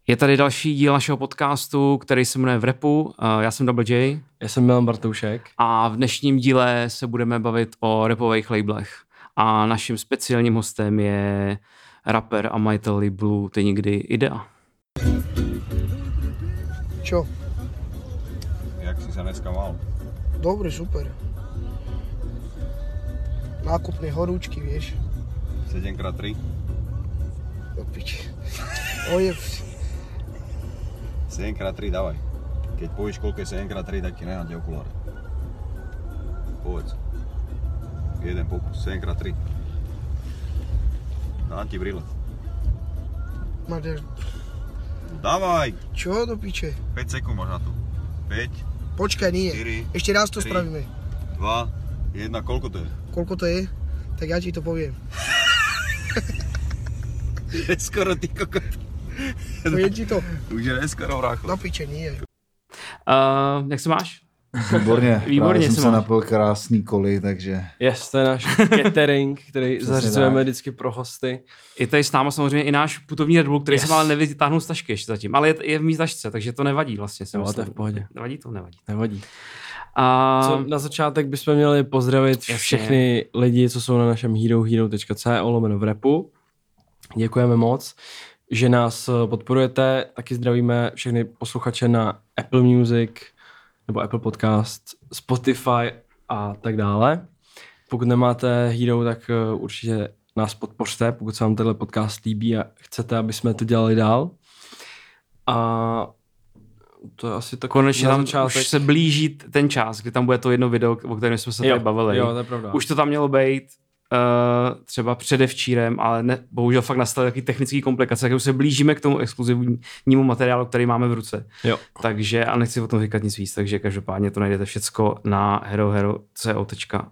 Je tady další díl našeho podcastu, který se jmenuje V rapu. Já jsem Double J. Já jsem Milan Bartoušek. A v dnešním díle se budeme bavit o rapových labelech. A naším speciálním hostem je rapper a majitel labelu Ty nikdy Idea. Čo? Jak si sa dneska mal? Dobre, super. Nákupné horúčky, vieš. 7x3? Do piči. Ojev. 7x3 dávaj. Keď povieš, koľko je 7x3, tak ti nehám tie okuláre. Povedz. Jeden pokus. 7x3. Dám ti brýle. Máš... Dávaj! Čo do piče? 5 sekúnd máš na to. 5, Počkaj, nie. 4, Ešte raz to 3, spravíme. 2, 1, koľko to je? Koľko to je? Tak ja ti to poviem. Skoro ty kokot. Poviem ti to. Už je neskoro, brácho. Do piče, nie. Jak se máš? Výborně. Výborně jsem se se máš. napil krásný koly, takže... Yes, to je náš catering, který zařizujeme vždycky pro hosty. Je tady s náma samozřejmě i náš putovní Red Bull, který jsem ale nevytáhnul z tašky ještě zatím. Ale je v mý tašce, takže to nevadí vlastně. Jo, to je v pohodě. Nevadí to? Nevadí. Nevadí. A... Na začátek bychom měli pozdravit všechny lidi, co jsou na našem herohero.co/v-rapu. Děkujeme moc, že nás podporujete. Taky zdravíme všechny posluchače na Apple Music nebo Apple Podcast, Spotify a tak dále. Pokud nemáte Hero, tak určitě nás podpořte, pokud se vám tenhle podcast líbí a chcete, aby jsme to dělali dál. A to je asi tak konečně na tam začátek. už se blíží ten čas, kdy tam bude to jedno video, o kterém jsme se tady bavili. Jo, to je pravda. Už to tam mělo být třeba předevčírem, ale ne, bohužel fakt nastaly takový technický komplikace, takže už se blížíme k tomu exkluzivnímu materiálu, který máme v ruce. Jo. Takže, a nechci o tom říkat nic víc, takže každopádně to najdete všecko na herohero.co.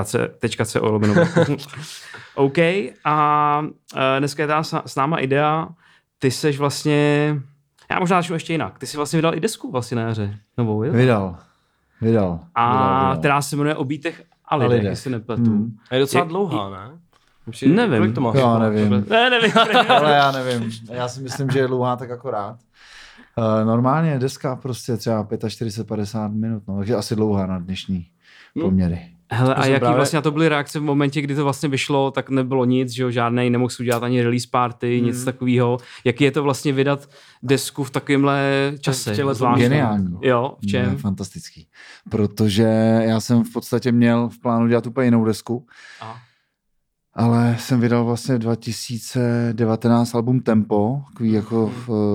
OK, a dneska je tam s náma Idea. Ty seš vlastně, já možná začnu ještě jinak, ty jsi vlastně vydal i desku vlastně na jaře, novou, jo? Vydal. Která se jmenuje O beatech a lidech, jestli nepletu. Je docela dlouhá, ne? Nevím. Kolik to máš? Já nevím. Nevím. Ale já nevím. Já si myslím, že je dlouhá tak akorát. Normálně deska prostě třeba 45-50 minut, no, takže asi dlouhá na dnešní poměry. Hele, a jaký právě... vlastně na to byly reakce v momentě, kdy to vlastně vyšlo, tak nebylo nic, že jo, žádnej, nemohl si udělat ani release party, nic takového. Jaký je to vlastně vydat desku v takovémhle čase? Geniální. Jo, v čem? Je fantastický. Protože já jsem v podstatě měl v plánu dělat úplně jinou desku, ale jsem vydal vlastně 2019 album Tempo, takový jako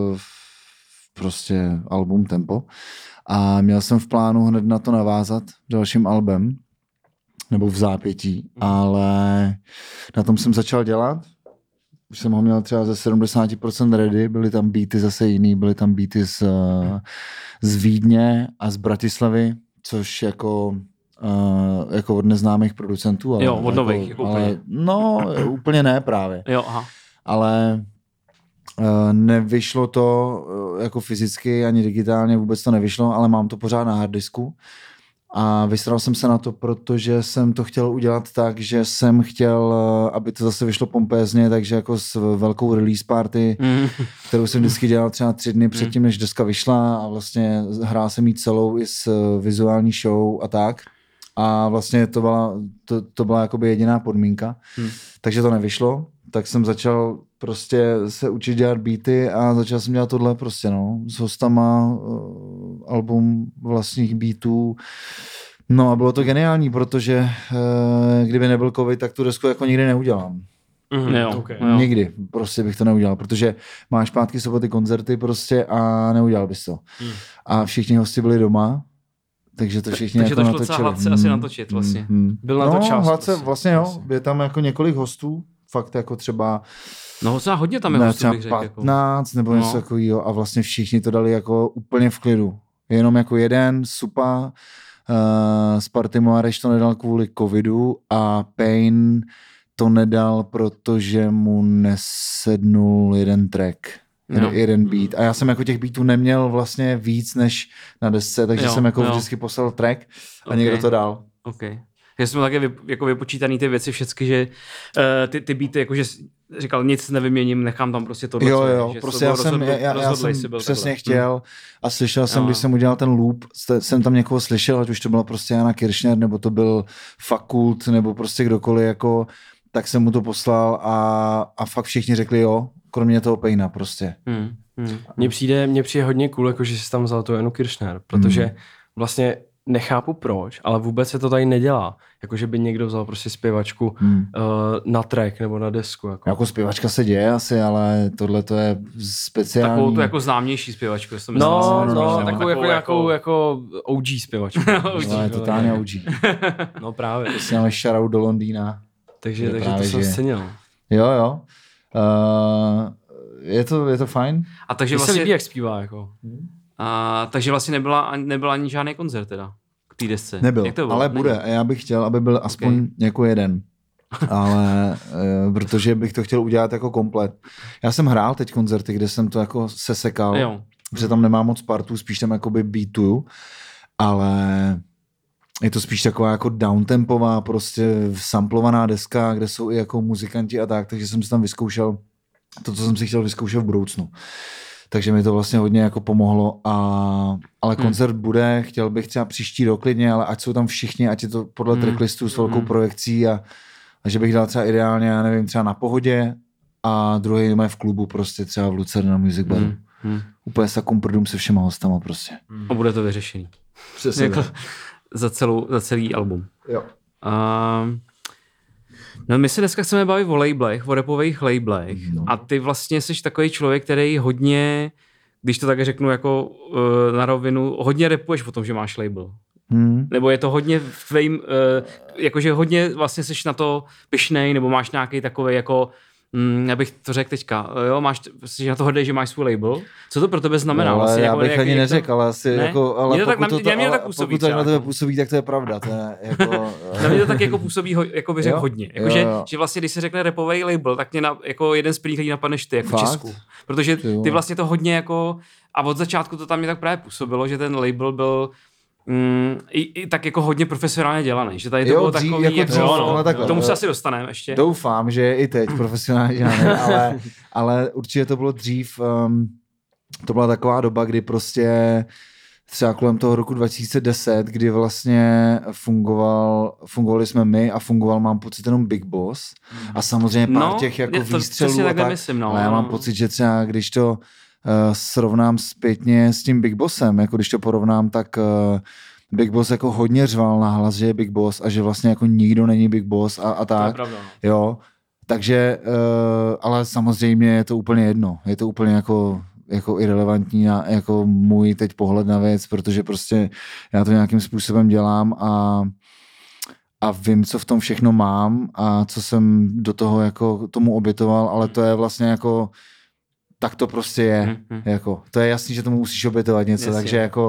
prostě album Tempo. A měl jsem v plánu hned na to navázat dalším albem, nebo v zápětí, ale na tom jsem začal dělat. Už jsem ho měl třeba ze 70% ready, byly tam beaty zase jiný, byly tam beaty z Vídně a z Bratislavy, což jako od neznámých producentů. Ale, jo, od nových. jako, ale, no, úplně ne právě. Jo, aha. Ale nevyšlo to jako fyzicky ani digitálně, vůbec to nevyšlo, ale mám to pořád na harddisku. A vysral jsem se na to, protože jsem to chtěl udělat tak, že jsem chtěl, aby to zase vyšlo pompézně, takže jako s velkou release party, kterou jsem vždycky dělal třeba 3 dny předtím, než deska vyšla a vlastně hrál jsem jí celou i s vizuální show a tak. A vlastně to byla jakoby jediná podmínka, takže to nevyšlo. Tak jsem začal prostě se učit dělat beaty a začal jsem dělat tohle prostě, no, s hostama, album vlastních beatů. No a bylo to geniální, protože kdyby nebyl covid, tak tu desku jako nikdy neudělám. Okay. Nikdy prostě bych to neudělal, protože máš pátky, soboty, koncerty prostě a neudělal bys to. A všichni hosti byli doma, takže to všichni takže jako to šlo natočili. docela hladce asi natočit vlastně. Byl na to čas. Hladce, vlastně jo, je tam jako několik hostů, fakt jako třeba no docela hodně tam je hostů, bych řekl. 15 nebo něco takového a vlastně všichni to dali jako úplně v klidu. Jenom jako jeden, Supa, Sparty Moareš to nedal kvůli covidu a Pain to nedal, protože mu nesednul jeden track. Jeden beat. A já jsem jako těch beatů neměl vlastně víc než na desce, takže jsem jako vždycky poslal track a někdo to dal. Okay. Já jsem také jako vypočítaný ty věci všechny, že ty beaty, jakože říkal, nic nevyměním, nechám tam prostě tohle. Jo, prostě já jsem přesně chtěl a slyšel jsem, když jsem udělal ten loop, jsem tam někoho slyšel, ať už to byla prostě Jana Kiršner, nebo to byl Fakult, nebo prostě kdokoliv, jako, tak jsem mu to poslal a fakt všichni řekli jo, kromě toho Payna prostě. Mně přijde hodně cool, jako, že jsi tam vzal tu Janu Kiršner, protože vlastně nechápu proč, ale vůbec se to tady nedělá. Jakože by někdo vzal prostě zpěvačku na track nebo na desku. Jako zpěvačka se děje asi, ale tohle to je speciální. Takovou tu jako známější zpěvačku. Takovou jako OG zpěvačku. No, je totálně OG. No právě. Prostě máme shoutout do Londýna. Takže to jsem scenil. Jo. Je to fajn. A takže vlastně se líbí, jak zpívá. Jako. Takže vlastně nebyl ani žádný koncert teda k té desce. Nebyl, ale bude. A já bych chtěl, aby byl aspoň jako jeden. Ale protože bych to chtěl udělat jako komplet. Já jsem hrál teď koncerty, kde jsem to jako sesekal. Jo. Protože tam nemám moc partů, spíš tam jakoby beatu, ale je to spíš taková jako downtempová, prostě samplovaná deska, kde jsou i jako muzikanti a tak, takže jsem si tam vyzkoušel to, co jsem si chtěl vyzkoušet v budoucnu. Takže mi to vlastně hodně jako pomohlo, ale koncert bude, chtěl bych třeba příští rok klidně, ale ať jsou tam všichni, ať je to podle tracklistu s velkou projekcí a že bych dal třeba ideálně, já nevím, třeba na Pohodě a druhý má v klubu prostě třeba v Lucerna Music Baru. Úplně s takovým prdům se všema hostama prostě. A bude to vyřešený. Přesně. Jako za celý album. Jo. No my se dneska chceme bavit o labelech, o rapových labelech a ty vlastně jsi takový člověk, který hodně, když to tak řeknu jako na rovinu, hodně rapuješ o tom, že máš label. Nebo je to hodně jakože hodně vlastně jsi na to pyšnej, nebo máš nějaký takový jako já bych to řekl teďka, jo, jsi na to hrdý, že máš svůj label. Co to pro tebe znamená? No, vlastně, já jako, bych ani neřekl, ale asi ne? jako, ale pokud to na tebe působí, tak to je pravda. To je jako, na mě to tak jako působí, jako bych řekl hodně. Jako, že vlastně, když se řekne rapový label, tak mě jako jeden z prvních lidí napadneš ty, jako v Česku. Protože ty vlastně to hodně jako, a od začátku to tam mě tak právě působilo, že ten label byl i tak jako hodně profesionálně dělaný, že tady to bylo takový, k tomu se asi dostaneme ještě. Doufám, že i teď profesionálně dělaný, ale určitě to bylo dřív, to byla taková doba, kdy prostě třeba kolem toho roku 2010, kdy vlastně fungovali jsme my a fungoval, mám pocit, jenom Big Boss a samozřejmě pár těch jako výstřelů a tak, ale já mám pocit, že třeba když to srovnám zpětně s tím Big Bossem, jako když to porovnám, tak Big Boss jako hodně řval na hlas, že je Big Boss a že vlastně jako nikdo není Big Boss a tak. To je pravda. Jo, takže, ale samozřejmě je to úplně jedno. Je to úplně jako irelevantní na jako můj teď pohled na věc, protože prostě já to nějakým způsobem dělám a vím, co v tom všechno mám a co jsem do toho jako tomu obětoval, ale to je vlastně jako tak to prostě je. Jako, to je jasný, že tomu musíš obětovat něco, takže jako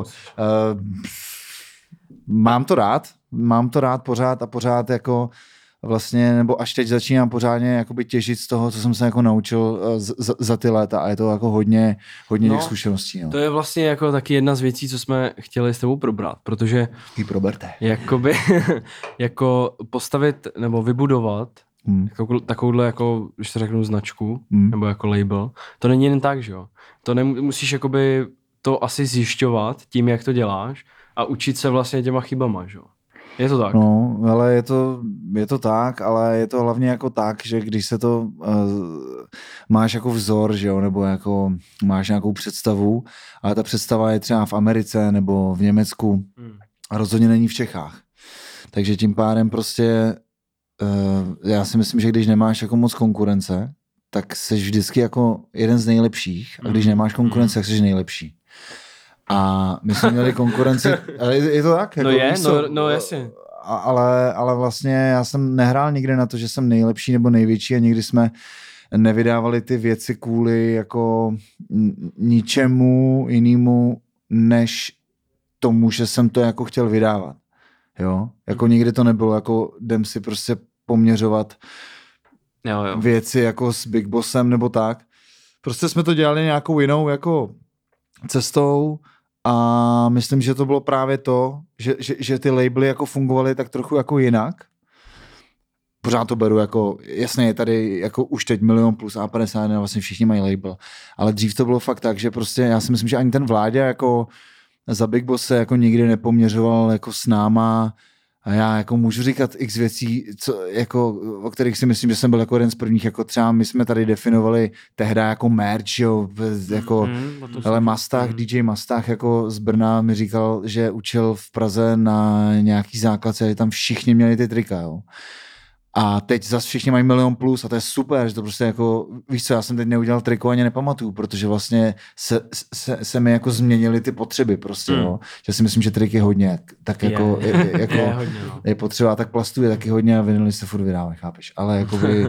mám to rád pořád a pořád jako vlastně, nebo až teď začínám pořádně jakoby těžit z toho, co jsem se jako naučil za ty léta a je to jako hodně těch zkušeností. No. To je vlastně jako taky jedna z věcí, co jsme chtěli s tebou probrat, protože jakoby jako postavit nebo vybudovat jako takovouhle, jako, když se řeknu značku, nebo jako label, to není jen tak, že jo. To musíš jakoby to asi zjišťovat tím, jak to děláš a učit se vlastně těma chybama, že jo. Je to tak? No, ale je to tak, ale je to hlavně jako tak, že když se to máš jako vzor, že jo, nebo jako máš nějakou představu, ale ta představa je třeba v Americe nebo v Německu a rozhodně není v Čechách. Takže tím pádem prostě já si myslím, že když nemáš jako moc konkurence, tak jsi vždycky jako jeden z nejlepších a když nemáš konkurence, tak jsi nejlepší. A my jsme měli konkurenci, ale je to tak? Jako, no jasně. Ale vlastně já jsem nehrál nikdy na to, že jsem nejlepší nebo největší a nikdy jsme nevydávali ty věci kvůli jako ničemu jinému, než tomu, že jsem to jako chtěl vydávat. Jo? Jako nikdy to nebylo, jako jdem si prostě poměřovat věci jako s Big Bossem nebo tak. Prostě jsme to dělali nějakou jinou jako cestou a myslím, že to bylo právě to, že ty labely jako fungovaly tak trochu jako jinak. pořád to beru jako, jasně je tady jako už teď 1 000 000 plus A51, vlastně všichni mají label, ale dřív to bylo fakt tak, že prostě já si myslím, že ani ten Vláďa jako za Big Boss se jako nikdy nepoměřoval jako s náma a já jako můžu říkat x věcí, jako, o kterých si myslím, že jsem byl jako jeden z prvních, jako třeba my jsme tady definovali tehdy jako merch, jo, jako ale Mastach, DJ Mastach jako z Brna mi říkal, že učil v Praze na nějaký základce, že tam všichni měli ty trika, jo. A teď zase všichni mají 1 000 000 plus a to je super, že to prostě jako, víš co, já jsem teď neudělal triko ani nepamatuju, protože vlastně se mi jako změnily ty potřeby prostě, jo. Že si myslím, že trik je hodně, tak jako, je potřeba, tak plastů je taky hodně a vinily se furt vydávají, chápeš, ale jakoby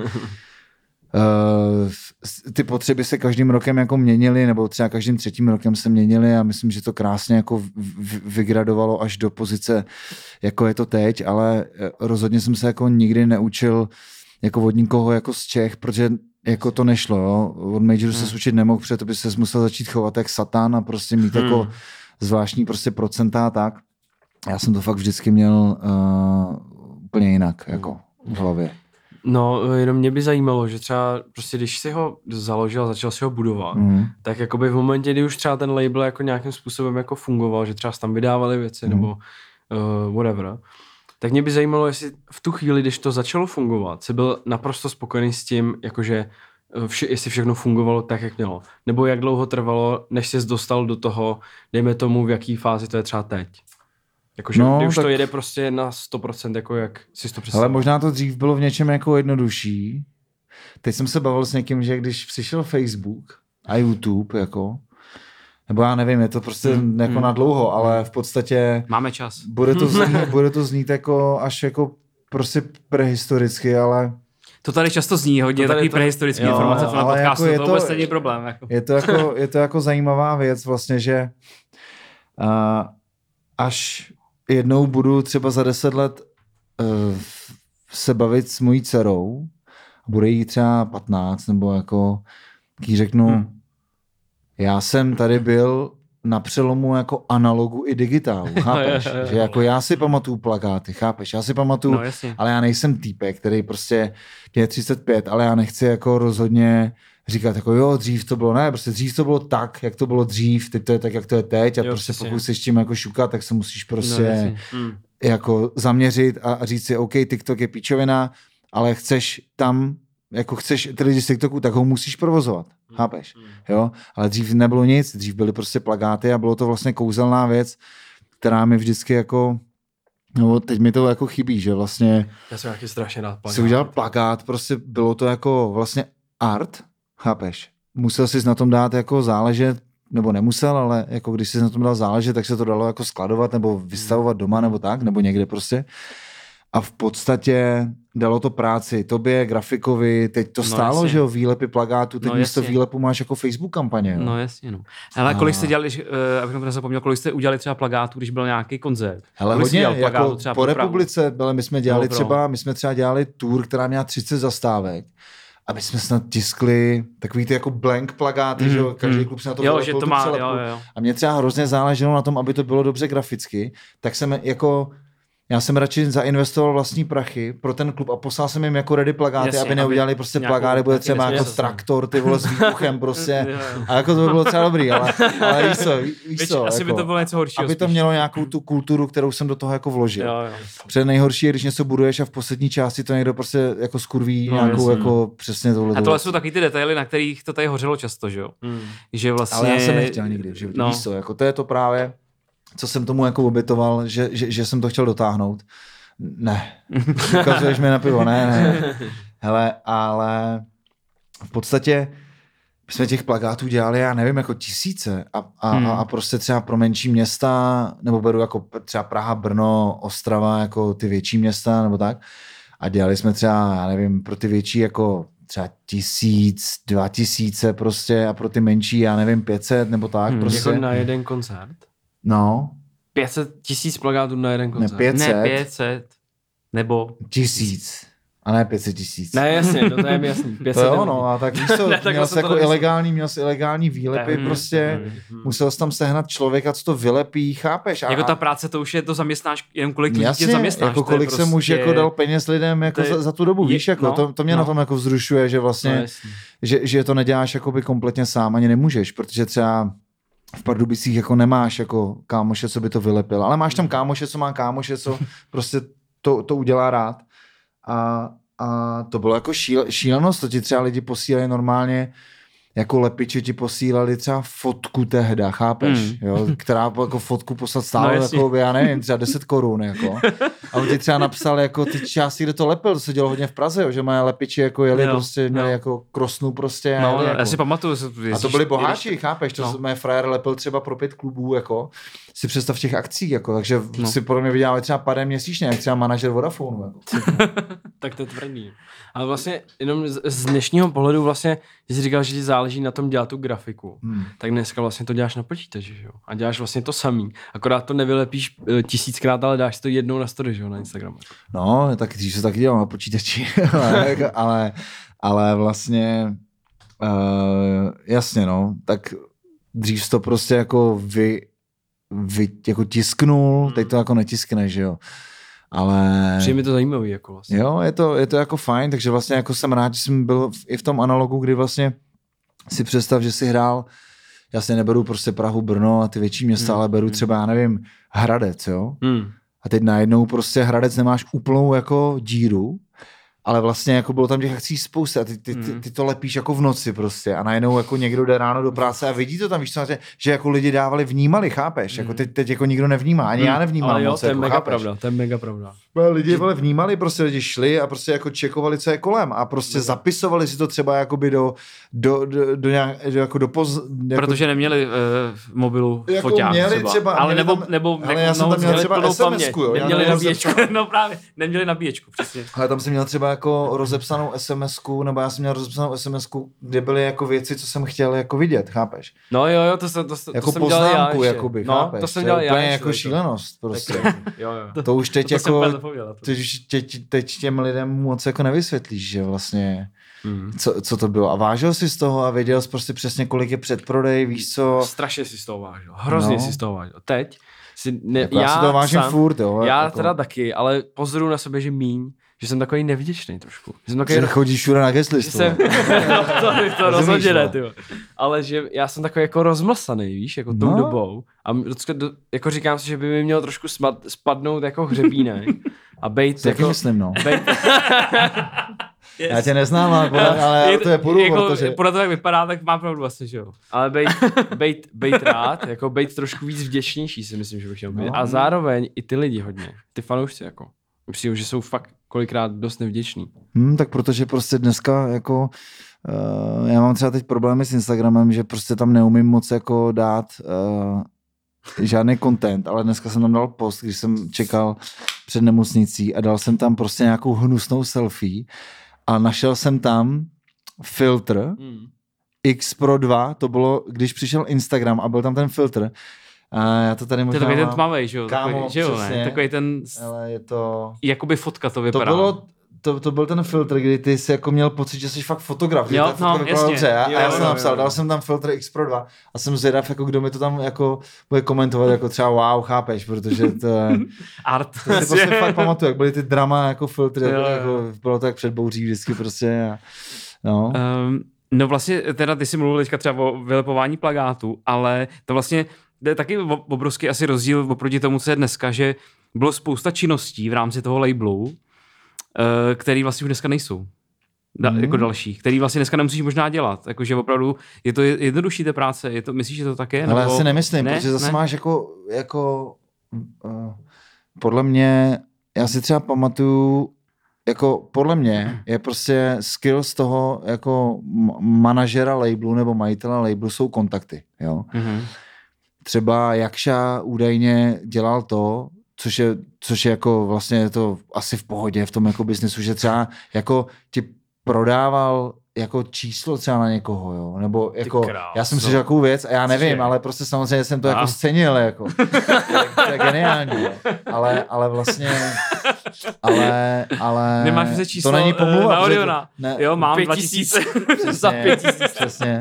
ty potřeby se každým rokem jako měnily, nebo třeba každým 3. rokem se měnily a myslím, že to krásně jako vygradovalo až do pozice, jako je to teď, ale rozhodně jsem se jako nikdy neučil jako od nikoho jako z Čech, protože jako to nešlo, jo. Od majoru se učit nemohl, protože to by se musel začít chovat jak satán a prostě mít jako zvláštní prostě procenta a tak. Já jsem to fakt vždycky měl úplně jinak, jako v hlavě. No, jenom mě by zajímalo, že třeba prostě když si ho založil a začal si ho budovat, tak jakoby v momentě, kdy už třeba ten label jako nějakým způsobem jako fungoval, že třeba tam vydávali věci nebo whatever, tak mě by zajímalo, jestli v tu chvíli, když to začalo fungovat, jsi byl naprosto spokojený s tím, jakože jestli všechno fungovalo tak, jak mělo. Nebo jak dlouho trvalo, než jsi dostal do toho, dejme tomu, v jaký fázi to je třeba teď. Jakože už tak to jede prostě na 100%, jako jak si to představil. Ale možná to dřív bylo v něčem jako jednodušší. Teď jsem se bavil s někým, že když přišel Facebook a YouTube, jako, nebo já nevím, je to prostě jako na dlouho, ale v podstatě máme čas. Bude to znít jako až jako prostě prehistoricky, ale to tady často zní hodně takový prehistorický informace na podcastu, jako to vůbec není problém. Jako. Je to jako zajímavá věc vlastně, že až jednou budu třeba za 10 let se bavit s mojí dcerou, bude jí třeba 15, nebo jako jí řeknu, já jsem tady byl na přelomu jako analogu i digitálu, chápeš? Že jako já si pamatuju plakáty, chápeš? Já si pamatuju, ale já nejsem týpek, který prostě je 35, ale já nechci jako rozhodně říkat jako jo, dřív to bylo, ne, prostě dřív to bylo tak, jak to bylo dřív, teď to je tak, jak to je teď a prostě pokud chceš tím jako šukat, tak se musíš prostě jako zaměřit a říct si, OK, TikTok je píčovina, ale chceš tam, jako chceš ty lidi z TikToku, tak ho musíš provozovat, chápeš, jo, ale dřív nebylo nic, dřív byly prostě plakáty a bylo to vlastně kouzelná věc, která mi vždycky jako, no teď mi to jako chybí, že vlastně já jsem nějaký strašně rád plakát. Jsi udělal plakát, prostě bylo to jako vlastně art, chápeš? Musel jsi na tom dát jako záležet, nebo nemusel, ale jako když jsi na tom dal záležet, tak se to dalo jako skladovat nebo vystavovat doma nebo tak, nebo někde prostě. A v podstatě dalo to práci tobě, grafikovi, teď to stálo, jasně. Že jo, výlepy plakátů, teď místo výlepu máš jako Facebook kampaně. Jo? No jasně, no. Ale kolik jste dělali, abych to nezapomněl, kolik jste udělali třeba plakátů, když byl nějaký koncert? Hele, hodně, jako po republice, ale my jsme dělali třeba dělali tour, která měla 30 zastávek. A my jsme snad tiskli takový ty jako blank plakáty, že každý klub se na to vylepil tu přelepku. A mě třeba hrozně záleželo na tom, aby to bylo dobře graficky, tak jsem jako já jsem radši zainvestoval vlastní prachy pro ten klub a poslal jsem jim jako ready plakáty, jasně, aby neudělali prostě plakáty, bude třeba jako traktor, ty vole s výbuchem prostě. A jako to by bylo třeba dobrý, ale víš co, asi jako, by to bylo něco horšího. Aby to mělo nějakou tu kulturu, kterou jsem do toho jako vložil. Protože nejhorší je, když něco buduješ a v poslední části to někdo prostě jako skurví nějakou jako přesně tohle. A tohle jsou taky ty detaily, na kterých to tady hořelo často, že jo? Že vlastně ale já jsem nechtěl nikdy, že víš co, jako to je to právě co jsem tomu jako obětoval, že jsem to chtěl dotáhnout. Ne. Ukazuješ mi na pivo, ne. Hele, ale v podstatě jsme těch plakátů dělali, já nevím, jako tisíce a prostě třeba pro menší města, nebo beru jako třeba Praha, Brno, Ostrava, jako ty větší města, nebo tak. A dělali jsme třeba, já nevím, pro ty větší jako třeba 1000, 2000 prostě a pro ty menší, já nevím, 500 nebo tak. Prostě. Jako na jeden koncert? No. 500 000 plakátů na jeden koncert. Ne 500. Ne 500. Nebo 1000. A ne 500 000. Ne, jasně, to je mi jasný. To jo, no, a tak víš co, Ne, tak měl jsi jako ilegální výlepy, prostě musel jsi tam sehnat člověka, co to vylepí, chápeš? Jako ta práce, to už je to zaměstnáš, jenom kolik lidí tě zaměstnáš. Jako kolik se muž jako dal peněz lidem jako za tu dobu, víš, jako to mě na tom jako vzrušuje, že vlastně, že to neděláš jakoby kompletně sám, ani nemůžeš, protože třeba v Pardubicích jako nemáš jako kámoše, co by to vylepil, ale máš tam kámoše, co má kámoše, co prostě to udělá rád. A to bylo jako šílenost, to ti třeba lidi posílají normálně, jako lepiči ti posílali třeba fotku tehda, chápeš? Jo? Která jako fotku poslat stále, jako, já nevím, třeba 10 korun, jako. A on ti třeba napsal, jako ty části, kde to lepil, to se dělo hodně v Praze, jo? Že moje lepiči jako jeli prostě, měli jako krosnu prostě. No, jeli, jako. já si pamatuju. A to byli boháči, chápeš? To moje frajer lepil třeba pro 5 klubů, jako. Si představ těch akcí, jako, takže si podle mě vydělali třeba pár měsíčně, jak třeba manažer Vodafonu. Jako. Tak to je tvrdý. Ale vlastně jenom z dnešního pohledu vlastně, když jsi říkal, že ti záleží na tom dělat tu grafiku, tak dneska vlastně to děláš na počítači, že jo? A děláš vlastně to samý. Akorát to nevylepíš 1000krát, ale dáš to jednou na story, že jo, na Instagramu. No, tak dřív se taky dělal na počítači, ale vlastně jasně, no, tak dřív to prostě jako jako tisknul, teď to jako netiskneš, že jo. Ale... Přijde mi to zajímavý, jako vlastně. Jo, je to jako fajn, takže vlastně jako jsem rád, že jsem byl i v tom analogu, kdy vlastně si představ, že si hrál, já si neberu prostě Prahu, Brno a ty větší města, ale beru třeba, já nevím, Hradec, jo. A teď najednou prostě Hradec nemáš úplnou jako díru, ale vlastně jako bylo tam těch akcí spousta a ty to lepíš jako v noci prostě a najednou jako někdo jde ráno do práce a vidí to tam, víš co, že jako lidi vnímali, chápeš, jako teď jako nikdo nevnímá, ani já nevnímám ale jo, moc, to je jako, mega pravda, to je mega pravda. Lidi vnímali, prostě lidi šli a prostě jako čekovali, co je kolem a prostě zapisovali si to třeba jakoby protože neměli v mobilu jako foťák třeba. Ale ale já jsem tam měl třeba SMS-ku, jo. Neměli nabíječku, no právě, neměli nabíječku, přesně. Ale tam jsem měl třeba jako rozepsanou SMS-ku, nebo já jsem měl rozepsanou SMS-ku, kde byly jako věci, co jsem chtěl jako vidět, chápeš? No jo, to jako jsem dělal já ještě. Jakoby, chápeš? To jsem dělal já ještě. Jako šílenost prostě. Jo. To už teď jako, teď těm lidem moc jako nevysvětlíš, že vlastně, co to bylo. A vážil jsi z toho a věděl jsi prostě přesně, kolik je předprodej, víš co? Strašně si z toho vážil, hrozně si z toho vážil. Teď jako já si to vážím furt, jo. Já jako... teda taky, ale pozoruju na sobě, že míň, že jsem takový nevděčný trošku. Že chodíš všude na guestlistu. To rozhodně ne, tyjo. Ale že já jsem takový jako rozmlsaný, víš, jako tou dobou. A jako říkám si, že by mi měl trošku spadnout jako hřebínek. A bejt taky jako... myslím, no. Yes. Já tě neznám, ale to je půjdu, jako, protože... Podle toho, jak vypadá, tak mám pravdu vlastně, že jo. Ale bejt rád, jako bejt trošku víc vděčnější, si myslím, že bych chtěl být. A zároveň i ty lidi hodně, ty fanoušci jako. Myslím, že jsou fakt kolikrát dost nevděční. Tak protože prostě dneska jako já mám třeba teď problémy s Instagramem, že prostě tam neumím moc jako dát žádný content, ale dneska jsem tam dal post, když jsem čekal před nemocnicí a dal jsem tam prostě nějakou hnusnou selfie a našel jsem tam filtr X Pro 2, to bylo, když přišel Instagram a byl tam ten filtr. A já to tady možná to je takový ten tmavej, že jo? Kámo, že jo, přesně, ne? Takový ten... Ale je to... Jakoby fotka to vypadá. To byl ten filtr, kdy ty jsi jako měl pocit, že jsi fakt fotograf. Jo, no, jasně. A já jsem napsal, dal jsem tam filtr X Pro 2 a jsem zvědav, jako kdo mi to tam jako bude komentovat, jako třeba wow, chápeš, protože to je... Art. To si prostě fakt pamatuju, jak byly ty drama jako filtry, jako bylo to jak před bouří vždycky prostě. No. No vlastně, teda ty jsi mluvil teďka třeba o vylepování plakátů, ale to vlastně je taky obrovský asi rozdíl oproti tomu, co je dneska, že bylo spousta činností v rámci toho labelu, který vlastně už dneska nejsou. Jako další, který vlastně dneska nemusíš možná dělat. Jakože opravdu je to jednodušší té práce. Myslíš, že to tak je? Ale já si nemyslím, protože zase máš jako podle mě, já si třeba pamatuju, jako podle mě je prostě skill z toho jako manažera labelu nebo majitele labelu jsou kontakty. Jo? Třeba Jakša údajně dělal to, což je jako vlastně to asi v pohodě v tom jako biznesu, že třeba jako ti prodával jako číslo třeba na někoho, jo, nebo jako, já jsem si řekl takovou věc a já nevím, ale prostě samozřejmě jsem to jako scenil, jako, to je geniální, jo. Ale vlastně, ale nemáš se číslo to není pomluva, na Oriona. Ne, jo, mám 2000. Za 5000. Přesně.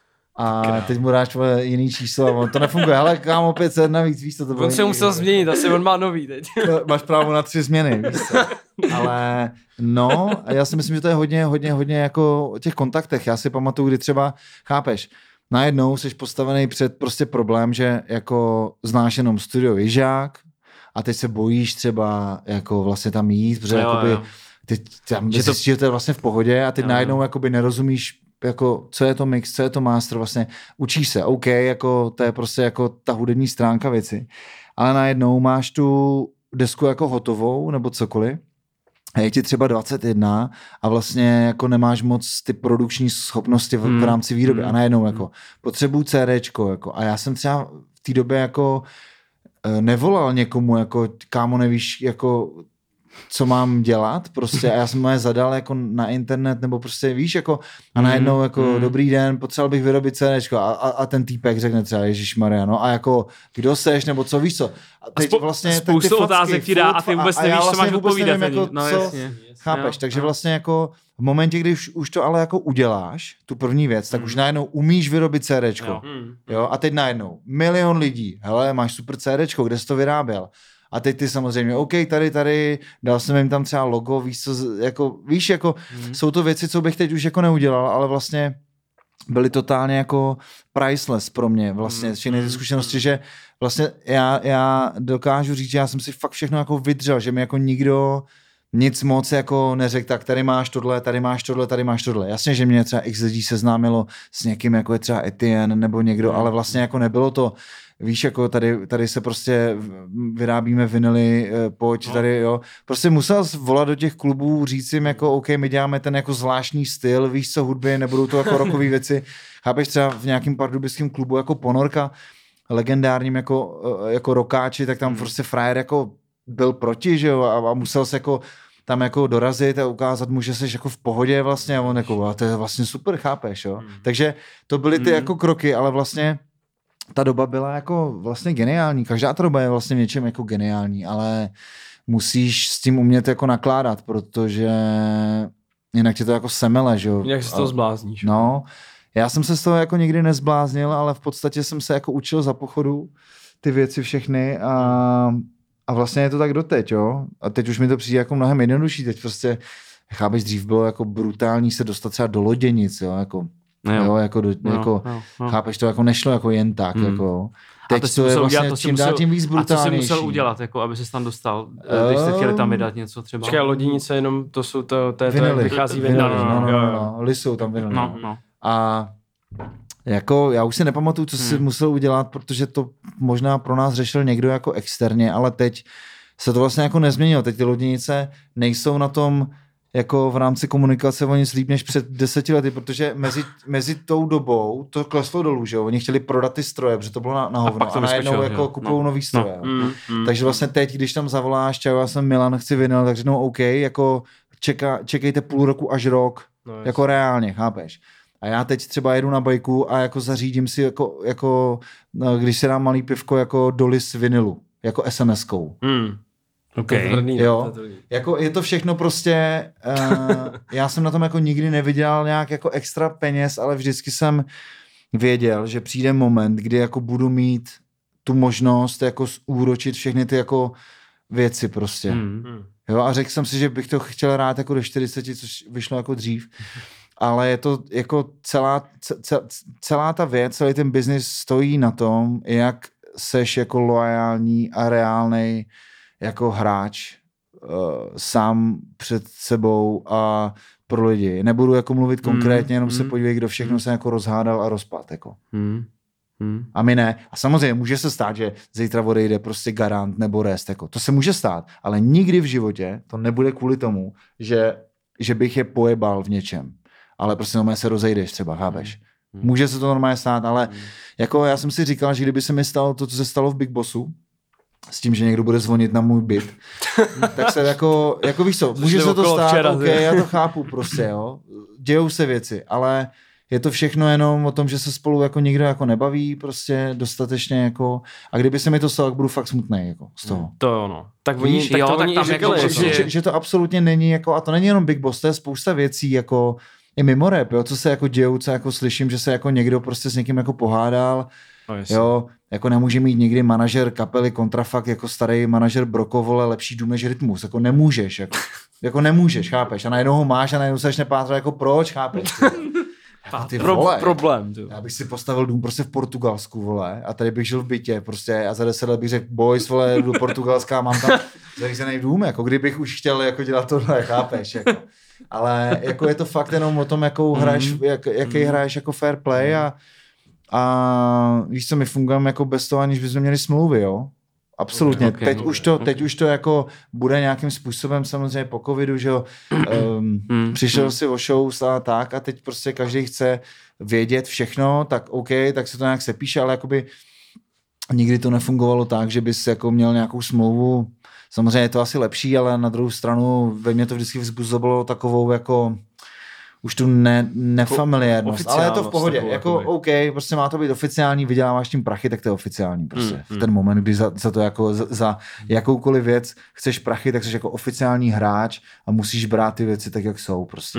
A teď mu dáš jiný číslo a on to nefunguje. Hele, kámo, 500 navíc, víš co to bylo. On se musel změnit, asi on má nový teď. Máš právo na 3 změny, víš co. Ale no, já si myslím, že to je hodně jako o těch kontaktech. Já si pamatuju, kdy třeba, chápeš, najednou jsi postavený před prostě problém, že jako znáš jenom Studio Vyžák a teď se bojíš třeba jako vlastně tam jít, protože jakoby teď tam zjistíš, že to je vlastně v pohodě a teď najednou jakoby nerozumíš, jako, co je to mix, co je to master, vlastně učíš se, OK, jako, to je prostě jako ta hudební stránka věci, ale najednou máš tu desku jako hotovou, nebo cokoliv, a je ti třeba 21 a vlastně jako nemáš moc ty produkční schopnosti v rámci výroby a najednou jako potřebuju CDčko, jako, a já jsem třeba v té době jako nevolal někomu, jako kámo, nevíš, jako co mám dělat, prostě a já jsem je zadal jako na internet, nebo prostě víš, jako a najednou jako dobrý den, potřeboval bych vyrobit CDčko a ten týpek řekne třeba ježišmarja, no a jako kdo seš, nebo co, víš co. A teď vlastně spoustu otázek ti dá a ty vůbec nevíš, co máš odpovídat. Jako, no, co, jasně. Chápeš, takže vlastně jako v momentě, když už to ale jako uděláš, tu první věc, tak už najednou umíš vyrobit CDčko. Jo, a teď najednou 1 000 000 lidí, hele, máš super CDčko, kde jsi to vyráběl? A teď ty samozřejmě, OK, tady, dal jsem jim tam třeba logo, víš co, jako, víš, jako, jsou to věci, co bych teď už jako neudělal, ale vlastně byly totálně jako priceless pro mě, vlastně všechny ty zkušenosti, že vlastně já dokážu říct, že já jsem si fakt všechno jako vydřel, že mi jako nikdo nic moc jako neřekl, tak tady máš tohle, tady máš tohle, tady máš tohle. Jasně, že mě třeba x lidí seznámilo s někým, jako je třeba Etienne nebo někdo, ale vlastně jako nebylo to, víš, jako tady se prostě vyrábíme vinily, pojď tady, jo. Prostě musel volat do těch klubů, říct jim jako, OK, my děláme ten jako zvláštní styl, víš co, hudby, nebudou to jako rockové věci. Chápeš, třeba v nějakým pardubickém klubu jako Ponorka, legendárním jako rockáči, tak tam prostě frajer jako byl proti, že jo, a musel se jako tam jako dorazit a ukázat mu, že jsi jako v pohodě vlastně a on jako, a to je vlastně super, chápeš, jo. Takže to byly ty jako kroky, ale vlastně ta doba byla jako vlastně geniální. Každá ta doba je vlastně v něčem jako geniální, ale musíš s tím umět jako nakládat, protože jinak tě to jako semele, že jo. Jak se to zblázníš. No, já jsem se z toho jako nikdy nezbláznil, ale v podstatě jsem se jako učil za pochodu ty věci všechny a vlastně je to tak doteď, jo. A teď už mi to přijde jako mnohem jednodušší. Teď prostě, chápeš, dřív bylo jako brutální se dostat třeba do Loděnic, jo, jako chápeš, to jako nešlo jako jen tak, jako. Teď to je vlastně čím dál tím víc brutálnější. A co jsi musel udělat, jako, aby ses tam dostal, když jste chtěli tam vydat něco třeba? Počkej, Loděnice jenom, to jsou to vychází vinily. No, lisou tam vinily. No. A jako já už si nepamatuju, co jsi musel udělat, protože to možná pro nás řešil někdo jako externě, ale teď se to vlastně jako nezměnilo. Teď ty Loděnice nejsou na tom jako v rámci komunikace o nic líp než před 10 lety, protože mezi tou dobou to kleslo dolů, že jo, oni chtěli prodat ty stroje, protože to bylo na hovno a najednou jako kupujou nový stroje. Takže vlastně teď, když tam zavoláš, čau, já jsem Milan, chci vinyl, tak řeknou OK, jako čekejte půl roku až rok, jako reálně, chápeš? A já teď třeba jedu na bajku a jako zařídím si jako když se dám malý pivko jako dolis vinilu, jako SMS-kou. Okay. Jo, jako je to všechno prostě, já jsem na tom jako nikdy nevydělal nějak jako extra peněz, ale vždycky jsem věděl, že přijde moment, kdy jako budu mít tu možnost jako úročit všechny ty jako věci prostě. Jo, a řekl jsem si, že bych to chtěl rád jako do 40, což vyšlo jako dřív, ale je to jako celá ta věc, celý ten biznis stojí na tom, jak seš jako loajální a reálnej jako hráč sám před sebou a pro lidi. Nebudu jako mluvit konkrétně, jenom se podívej, kdo všechno se jako rozhádal a rozpad. Jako. A my ne. A samozřejmě může se stát, že zítra odejde prostě Garant nebo Rest. Jako. To se může stát, ale nikdy v životě to nebude kvůli tomu, že bych je pojebal v něčem. Ale prostě normálně se rozejdeš třeba, chápeš? Může se to normálně stát, ale jako já jsem si říkal, že kdyby se mi stalo to, co se stalo v Big Bossu, s tím, že někdo bude zvonit na můj byt, tak se jako víš co, může se to stát, včera, já to chápu prostě, jo, dějou se věci, ale je to všechno jenom o tom, že se spolu jako nikdo jako nebaví prostě dostatečně jako a kdyby se mi to stalo, tak budu fakt smutnej jako z toho. To je ono. Tak víš, tak to oni říkali, že to absolutně není jako, a to není jenom Big Boss, to je spousta věcí jako i mimo rap, jo, co se jako dějou, co jako slyším, že se jako někdo prostě s někým jako pohádal, jo, jako nemůže mít někdy manažer kapely Kontrafakt jako starý manažer Broko, vole, lepší dům než Rytmus, jako nemůžeš, jako nemůžeš, chápeš, a najednou ho máš a najednou se začne pátrat jako proč, chápeš. Problém. Já bych si postavil dům prostě v Portugalsku, vole, a tady bych žil v bytě, prostě a za 10 let bych řekl, boys, vole, do Portugalska, mám tam zařízený dům, jako kdybych už chtěl jako dělat tohle, chápeš, jako. Ale jako je to fakt jenom o tom, jakou hraješ, jaký hraješ jako fair play a víš co, my fungujeme jako bez toho, aniž bychom měli smlouvy, jo. Absolutně. Teď už to jako bude nějakým způsobem samozřejmě po covidu, že jo, přišel si o show a tak a teď prostě každý chce vědět všechno, tak OK, tak se to nějak sepíše, ale jakoby nikdy to nefungovalo tak, že bys jako měl nějakou smlouvu. Samozřejmě je to asi lepší, ale na druhou stranu ve mně to vždycky vzbuzovalo takovou jako už tu nefamiliárnost, ale je to v pohodě, jako OK, prostě má to být oficiální, vyděláváš tím prachy, tak to je oficiální prostě. V ten moment, kdy za to jako za jakoukoliv věc chceš prachy, tak jsi jako oficiální hráč a musíš brát ty věci tak, jak jsou prostě.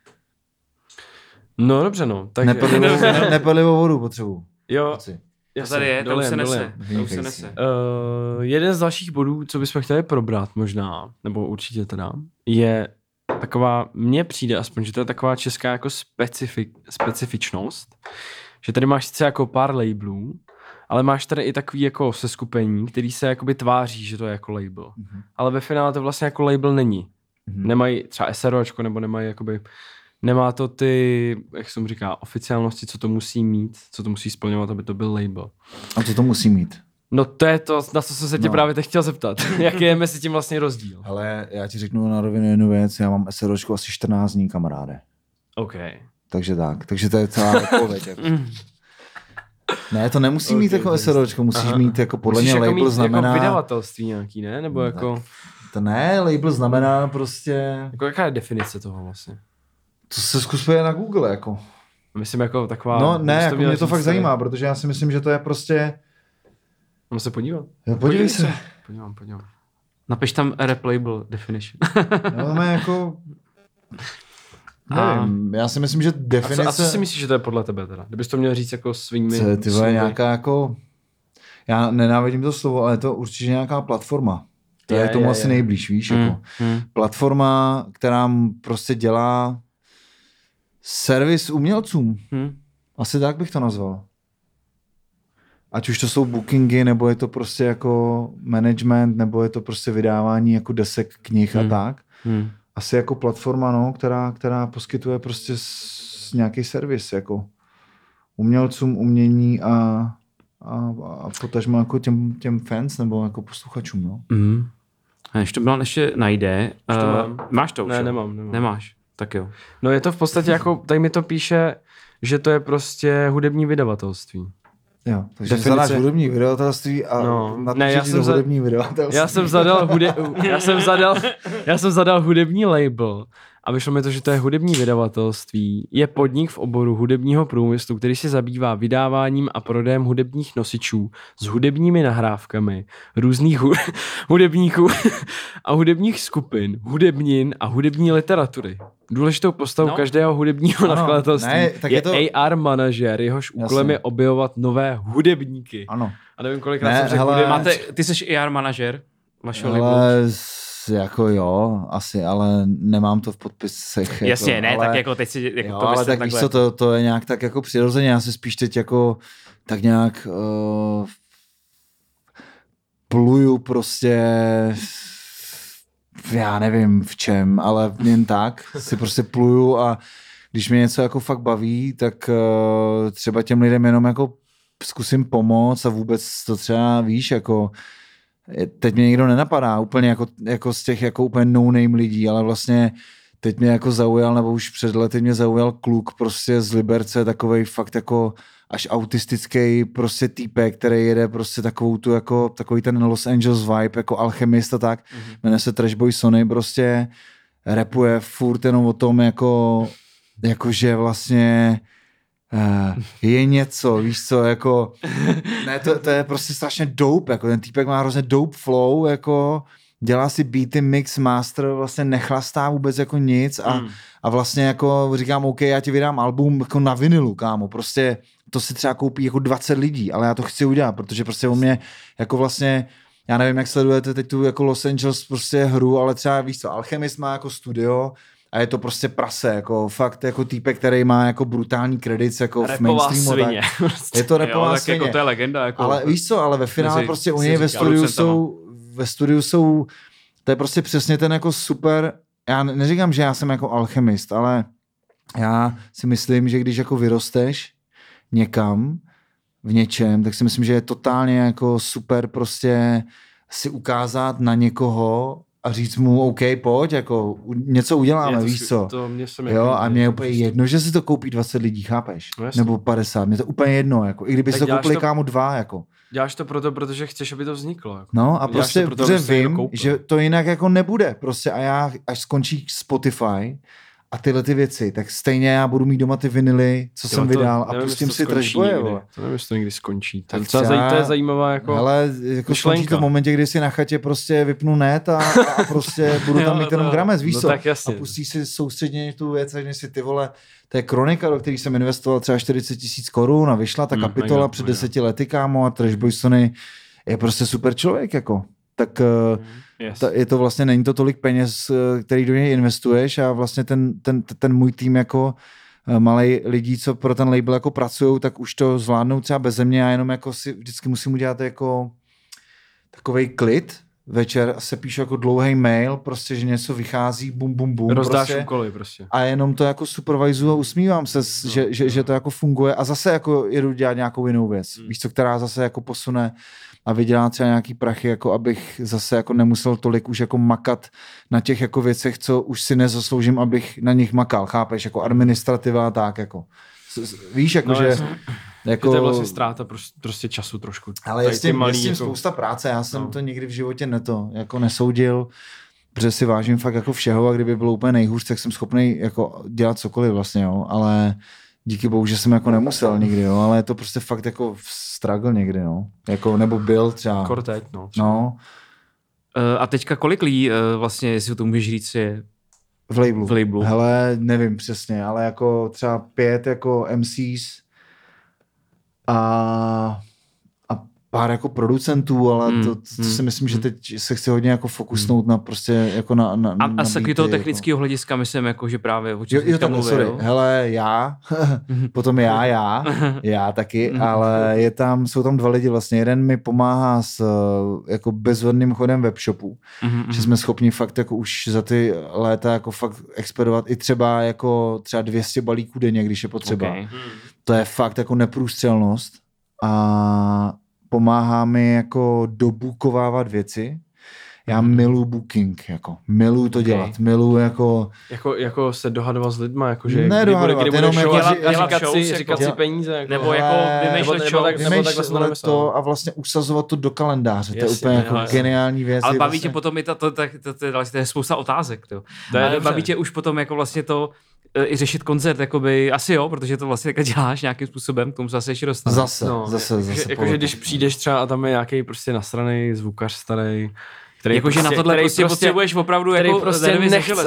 No dobře, no. Tak... Nepalivou vodu potřebuji. Jo. Tady je, to už se nese. Jeden z dalších bodů, co bychom chtěli probrat možná, nebo určitě teda, je taková, mně přijde aspoň, že to je taková česká jako specifičnost, že tady máš sice jako pár labelů, ale máš tady i takový jako seskupení, který se jakoby tváří, že to je jako label. Ale ve finále to vlastně jako label není. Nemají třeba SROčko, nebo nemají jakoby, nemá to ty, jak se mu říká, oficiálnosti, co to musí mít, co to musí splňovat, aby to byl label. A co to musí mít? No to je to, na co jsem se tě právě teď chtěl zeptat. Jaký je mezi tím vlastně rozdíl? Ale já ti řeknu na rovinu jednu věc, já mám SROčku asi 14 dní, kamaráde. OK. Takže to je celá odpověď. Jako. Ne, to nemusí mít jako SROčko, musíš mít jako podle mě label mít znamená... jako vydavatelství nějaký, ne? Nebo jako... To ne, label znamená prostě... Jako jaká je definice toho vlastně? To se zkusuje na Google, jako. Myslím jako taková... No ne, jako mě to fakt zajímá, protože já si myslím, že to je prostě... Mám se podívat? Jo, podívej se. Podívám. Napiš tam rap label definition. No, jako... Nevím, já si myslím, že definice... A co si myslíš, že to je podle tebe teda? Kdybys to měl říct jako svými... Ty vole, nějaká jako... Já nenávidím to slovo, ale je to určitě nějaká platforma. To je tomu asi nejblíž, víš? Jako. Platforma, která prostě dělá servis umělcům. Asi tak bych to nazval. Ať už to jsou bookingy, nebo je to prostě jako management, nebo je to prostě vydávání jako desek, knih a tak. Asi jako platforma, no, která poskytuje prostě nějaký servis jako umělcům, umění a potažmo jako těm fans nebo jako posluchačům, no. A než to byla ještě najde. Máš to už? Ne, nemám. Nemáš, tak jo. No je to v podstatě jako, tady mi to píše, že to je prostě hudební vydavatelství. Jo, takže zadáš hudební vydavatelství a hudební vydavatelství. Já jsem zadal hudební label a vyšlo mi to, že to je hudební vydavatelství. Je podnik v oboru hudebního průmyslu, který se zabývá vydáváním a prodejem hudebních nosičů s hudebními nahrávkami různých hudebníků a hudebních skupin, hudebnin a hudební literatury. Důležitou postavou každého hudebního nakladatelství je to... AR manažer, jehož úkolem je objevovat nové hudebníky. Ano. A nevím, kolikrát jsem řekl hudebník. Ty jsi AR manažer vašeho labelu? Jako jo, asi, ale nemám to v podpisech. Jasně, jako, ne, ale, tak jako teď si jako jo, to ale tak víš co, to je nějak tak jako přirozeně, já se spíš teď jako tak nějak pluju prostě já nevím v čem, ale jen tak si prostě pluju a když mě něco jako fakt baví, tak třeba těm lidem jenom jako zkusím pomoct a vůbec to třeba víš, jako teď mě nikdo nenapadá úplně jako z těch jako úplně no-name lidí, ale vlastně teď mě jako zaujal, nebo už před lety mě zaujal kluk prostě z Liberce, takovej fakt jako až autistický prostě týpek, který jede prostě takový ten Los Angeles vibe, jako alchemist a tak, jmenuje se Trashboy Sony, prostě rapuje furt jenom o tom, jako že vlastně je něco, víš co, jako ne, to je prostě strašně dope, jako ten týpek má hrozně dope flow, jako dělá si beaty, mix, master, vlastně nechlastá vůbec jako nic a vlastně jako říkám, OK, já ti vydám album jako na vinilu, kámo, prostě to si třeba koupí jako 20 lidí, ale já to chci udělat, protože prostě u mě jako vlastně, já nevím, jak sledujete teď tu jako Los Angeles prostě hru, ale třeba víš co, Alchemist má jako studio a je to prostě prase, jako fakt jako týpek, který má jako brutální kredit jako v mainstreamu. Svině. Tak, je to rapová svině. Jako to je legenda. Jako ale víš co, ale ve finále prostě u něj ve studiu jsou, to je prostě přesně ten jako super, já neříkám, že já jsem jako alchemist, ale já si myslím, že když jako vyrosteš někam v něčem, tak si myslím, že je totálně jako super prostě si ukázat na někoho a říct mu, OK, pojď, jako něco uděláme, víš co. Jo, a mě je úplně jedno, že si to koupí 20 lidí, chápeš? No, nebo 50, mě to úplně jedno, jako, i kdyby si to koupili kámo 2, jako. Děláš to protože chceš, aby to vzniklo. Jako. No a prostě protože vím, že to jinak jako nebude, prostě a já, až skončí Spotify a tyhle ty věci, tak stejně já budu mít doma ty vinily, co jsem vydal a pustím si Trashboye. To nevím, jestli to někdy skončí. Tak to je zajímavá jako ale jako skončí to v momentě, kdy si na chatě prostě vypnu net a prostě budu tam mít jenom gramec, víš co? A pustíš si soustředně tu věc, a si ty vole, to je kronika, do který jsem investoval třeba 40 000 korun a vyšla ta kapitola před 10 lety, kámo, a Trashboy Sony je prostě super člověk, jako. Tak je to vlastně, není to tolik peněz, který do něj investuješ a vlastně ten můj tým jako malej lidí, co pro ten label jako pracujou, tak už to zvládnou třeba beze mě a jenom jako si vždycky musím udělat jako takovej klid večer, se píšu jako dlouhý mail, prostě, že něco vychází, bum, bum, bum. Rozdáš prostě, úkoly prostě. A jenom to jako supervizuju a usmívám se, že to jako funguje a zase jako jedu dělat nějakou jinou věc, víš co, která zase jako posune a vydělá třeba nějaký prachy, jako abych zase jako nemusel tolik už jako makat na těch jako věcech, co už si nezasloužím, abych na nich makal, chápeš, jako administrativa a tak jako. Víš, jako, že jako... To je vlastně ztráta prostě času trošku. Ale je s tím jako... spousta práce, já jsem to nikdy v životě jako nesoudil, protože si vážím fakt jako všeho a kdyby bylo úplně nejhůř, tak jsem schopný jako dělat cokoliv vlastně, jo, ale díky bohu, že jsem jako nemusel nikdy, jo, ale je to prostě fakt jako struggle někdy, no, jako, nebo byl třeba. Korteď, no. No. A teďka kolik lidí vlastně, jestli to můžeš říct, je v labelu? Hele, nevím přesně, ale jako třeba 5 jako MCs a pár jako producentů, ale to si myslím, že teď se chci hodně jako fokusnout na prostě jako na a z takového technického hlediska myslím, jako, že právě o čem hele, já, potom já taky, ale jsou tam 2 lidi vlastně. Jeden mi pomáhá s jako bezvadným chodem webshopu, že jsme schopni fakt jako už za ty léta jako fakt expedovat i třeba 200 balíků denně, když je potřeba. Okay. To je fakt jako neprůstřelnost a pomáhá mi jako dobukovávat věci. Já miluji booking, jako miluji to dělat, miluji jako... Jako se dohadovat s lidma, jako že nedohadovat, kdy jenom show jako říkat si peníze. Jako, nebo jako vymýšlet to a vlastně usazovat to do kalendáře, to je úplně jako geniální věc. Ale baví tě potom i to je spousta otázek. Baví tě už potom jako vlastně to i řešit koncert, jakoby, asi jo, protože to vlastně děláš nějakým způsobem, k tomu zase ještě dostane. Zase. Jakože když přijdeš třeba a tam je nějaký prostě nasranej zvukař starý, jakože na tohle prostě potřebuješ opravdu jako prostě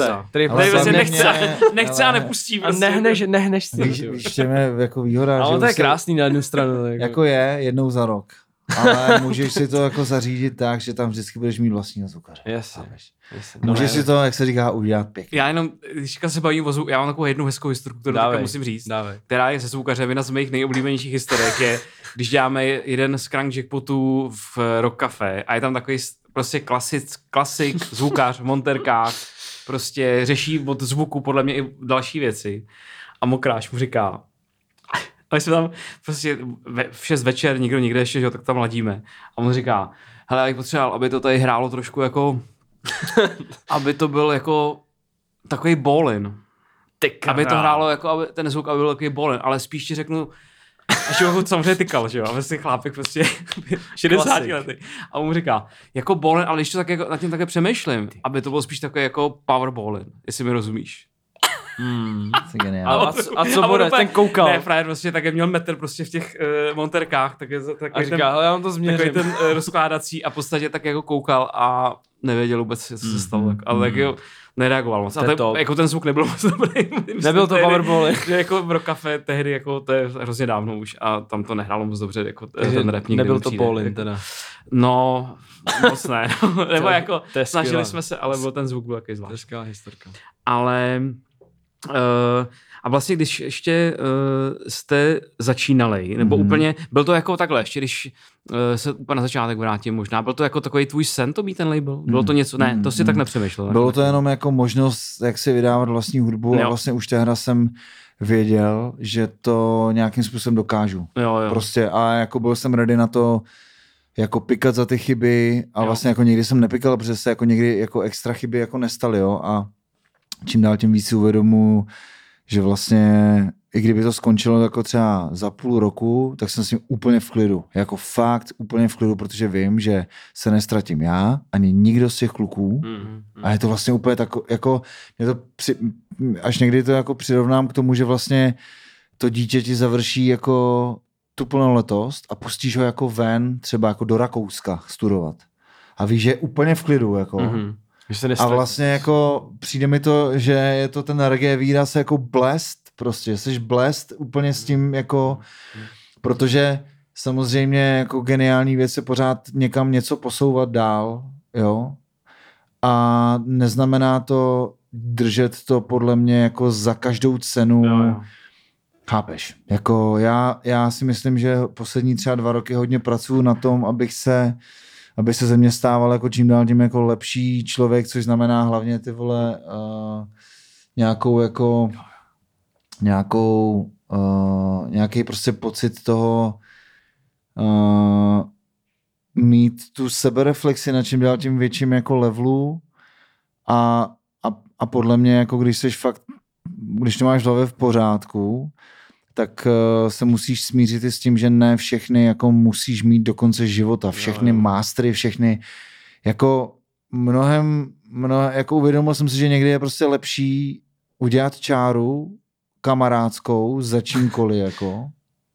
nechce a nepustí. A nehneš si. Víš, je jako výhoda. Ale to je krásný na jednu stranu. Jako je jednou za rok. Ale můžeš si to jako zařídit tak, že tam vždycky budeš mít vlastního zvukaře. Yes. Můžeš si to, jak se říká, udělat pěkně. Já jenom, když se bavím o zvuku, já mám takovou jednu hezkou historii, kterou musím říct, která je se zvukařem, jedna z mých nejoblíbenějších historiek je, když děláme jeden z Crank Jackpotů v Rock Café a je tam takový prostě klasik zvukař v monterkách, prostě řeší od zvuku podle mě i další věci. A Mokráš mu říká, a my jsme tam prostě v 6 večer, nikdo nikde ještě, že, tak tam ladíme. A on říká, hele, já bych potřeboval, aby to tady hrálo trošku jako, aby to byl jako takový bowling. Aby to hrálo jako, aby ten zvuk aby byl takový bowling, ale spíš ti řeknu, A že ho samozřejmě tykal, že jo, a vlastně chlápek prostě 60 letý. A on mu říká, jako Bolin, ale když to tak jako, nad tím také přemýšlím, aby to bylo spíš takové jako power Bolin, jestli mi rozumíš. A co bude, ten koukal. Ne, frajer prostě také měl metr prostě v těch monterkách, tak je a říká, hele, já vám to změřím. Takový ten rozkládací a v podstatě tak jako koukal a nevěděl vůbec, co se stalo, ale tak jo, nereagoval moc. A jako ten zvuk nebyl moc dobrý. Nebyl to Powerball. Že jako v Rokafe tehdy, jako to je hrozně dávno už a tam to nehrálo moc dobře, jako ten rap nikdy nebyl to přijde. Ballin teda. No, moc ne. Nebo jako snažili skvělé. jsme se, ale byl ten zvuk byl takový zvlášť. To je skvělá historka. Ale a vlastně, když ještě jste začínali, nebo úplně, byl to jako takhle, ještě když se úplně na začátek vrátím možná, byl to jako takový tvůj sen to být ten label? Bylo to něco? Ne, to si tak nepřemýšlel. Bylo to jenom jako možnost, jak si vydávat vlastní hudbu a vlastně už tehdy jsem věděl, že to nějakým způsobem dokážu. Jo. Prostě a jako byl jsem ready na to jako pikat za ty chyby a vlastně jako nikdy jsem nepikal, protože se jako někdy jako extra chyby jako nestaly, jo, a čím dál tím víc si uvědomuji, že vlastně, i kdyby to skončilo jako třeba za půl roku, tak jsem s tím úplně v klidu. Jako fakt úplně v klidu, protože vím, že se nestratím já, ani nikdo z těch kluků. A je to vlastně úplně jako až někdy to jako přirovnám k tomu, že vlastně to dítě ti završí jako tu plnoletost a pustíš ho jako ven, třeba jako do Rakouska studovat. A víš, že je úplně v klidu, jako. A vlastně jako přijde mi to, že je to ten reggae výraz jako blessed, prostě, jsi blessed úplně s tím jako, protože samozřejmě jako geniální věc je pořád někam něco posouvat dál, jo, a neznamená to držet to podle mě jako za každou cenu, chápeš, jako já si myslím, že poslední třeba 2 roky hodně pracuji na tom, aby se ze mě stával jako čím dál tím jako lepší člověk, což znamená hlavně ty vole nějaký prostě pocit toho mít tu sebereflexi na čím dál tím větším jako levelu a podle mě jako když to máš v hlavě v pořádku, tak se musíš smířit i s tím, že ne všechny jako musíš mít do konce života. Všechny mastery, všechny jako mnohem jako uvědomil jsem si, že někdy je prostě lepší udělat čáru kamarádskou za čímkoliv jako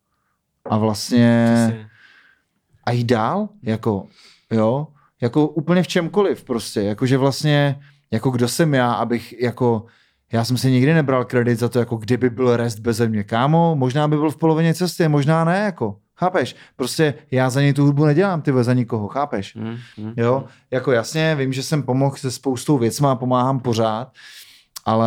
a vlastně a jít dál jako jo, jako úplně v čemkoliv prostě, jakože vlastně jako kdo jsem já, abych jako já jsem si nikdy nebral kredit za to, jako kdyby byl rest beze mě. Kámo, možná by byl v polovině cesty, možná ne, jako. Chápeš? Prostě já za něj tu hudbu nedělám, ty za nikoho, chápeš? Jo? Jako jasně, vím, že jsem pomohl se spoustou věcma a pomáhám pořád, ale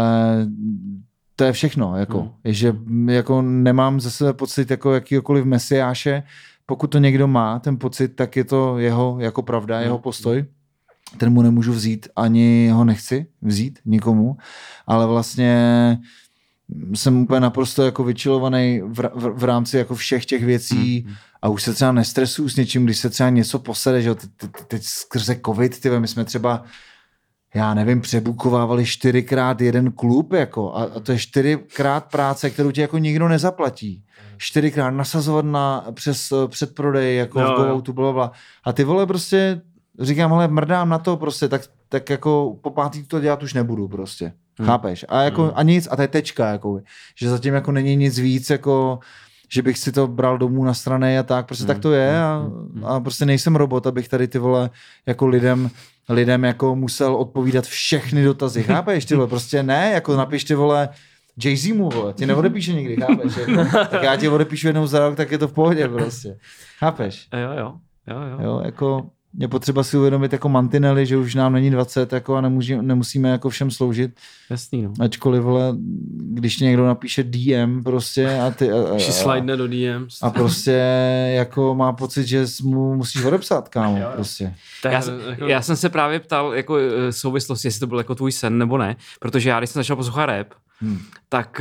to je všechno, jako. Že jako nemám ze sebe pocit jako jakýkoliv mesiáše. Pokud to někdo má, ten pocit, tak je to jeho jako pravda, jeho postoj. Ten mu nemůžu vzít, ani ho nechci vzít nikomu, ale vlastně jsem úplně naprosto jako vyčilovaný v rámci jako všech těch věcí a už se třeba nestresuju s něčím, když se třeba něco posede, že teď skrze covid, my jsme třeba já nevím, přebukovávali 4x jeden klub jako a to je 4x práce, kterou ti jako nikdo nezaplatí. 4x nasazovat přes předprodej jako v GoOutu, blablabla. A ty vole prostě říkám, hele, mrdám na to prostě, tak jako po pátý to dělat už nebudu prostě. Chápeš? A jako a nic, a to je tečka, jako, že zatím jako není nic víc, jako, že bych si to bral domů na strany a tak, prostě tak to je a prostě nejsem robot, abych tady ty vole jako lidem jako musel odpovídat všechny dotazy. Chápeš, ty vole, prostě ne, jako napiš ty vole Jay-Z mu, vole, ti neodepíše nikdy, chápeš? Jako, tak já ti odepíšu jednou za rok, tak je to v pohodě prostě. Chápeš? Jo, jako je potřeba si uvědomit jako mantinely, že už nám není 20 jako a nemusíme jako všem sloužit. Jasný, no. Ačkoliv, vole, když někdo napíše DM prostě a ty... Když slidne do DM. A prostě jako má pocit, že mu musíš odepsat, kámo, prostě. Já jsem se právě ptal jako souvislosti, jestli to byl jako tvůj sen nebo ne, protože já, když jsem začal poslouchat rap, tak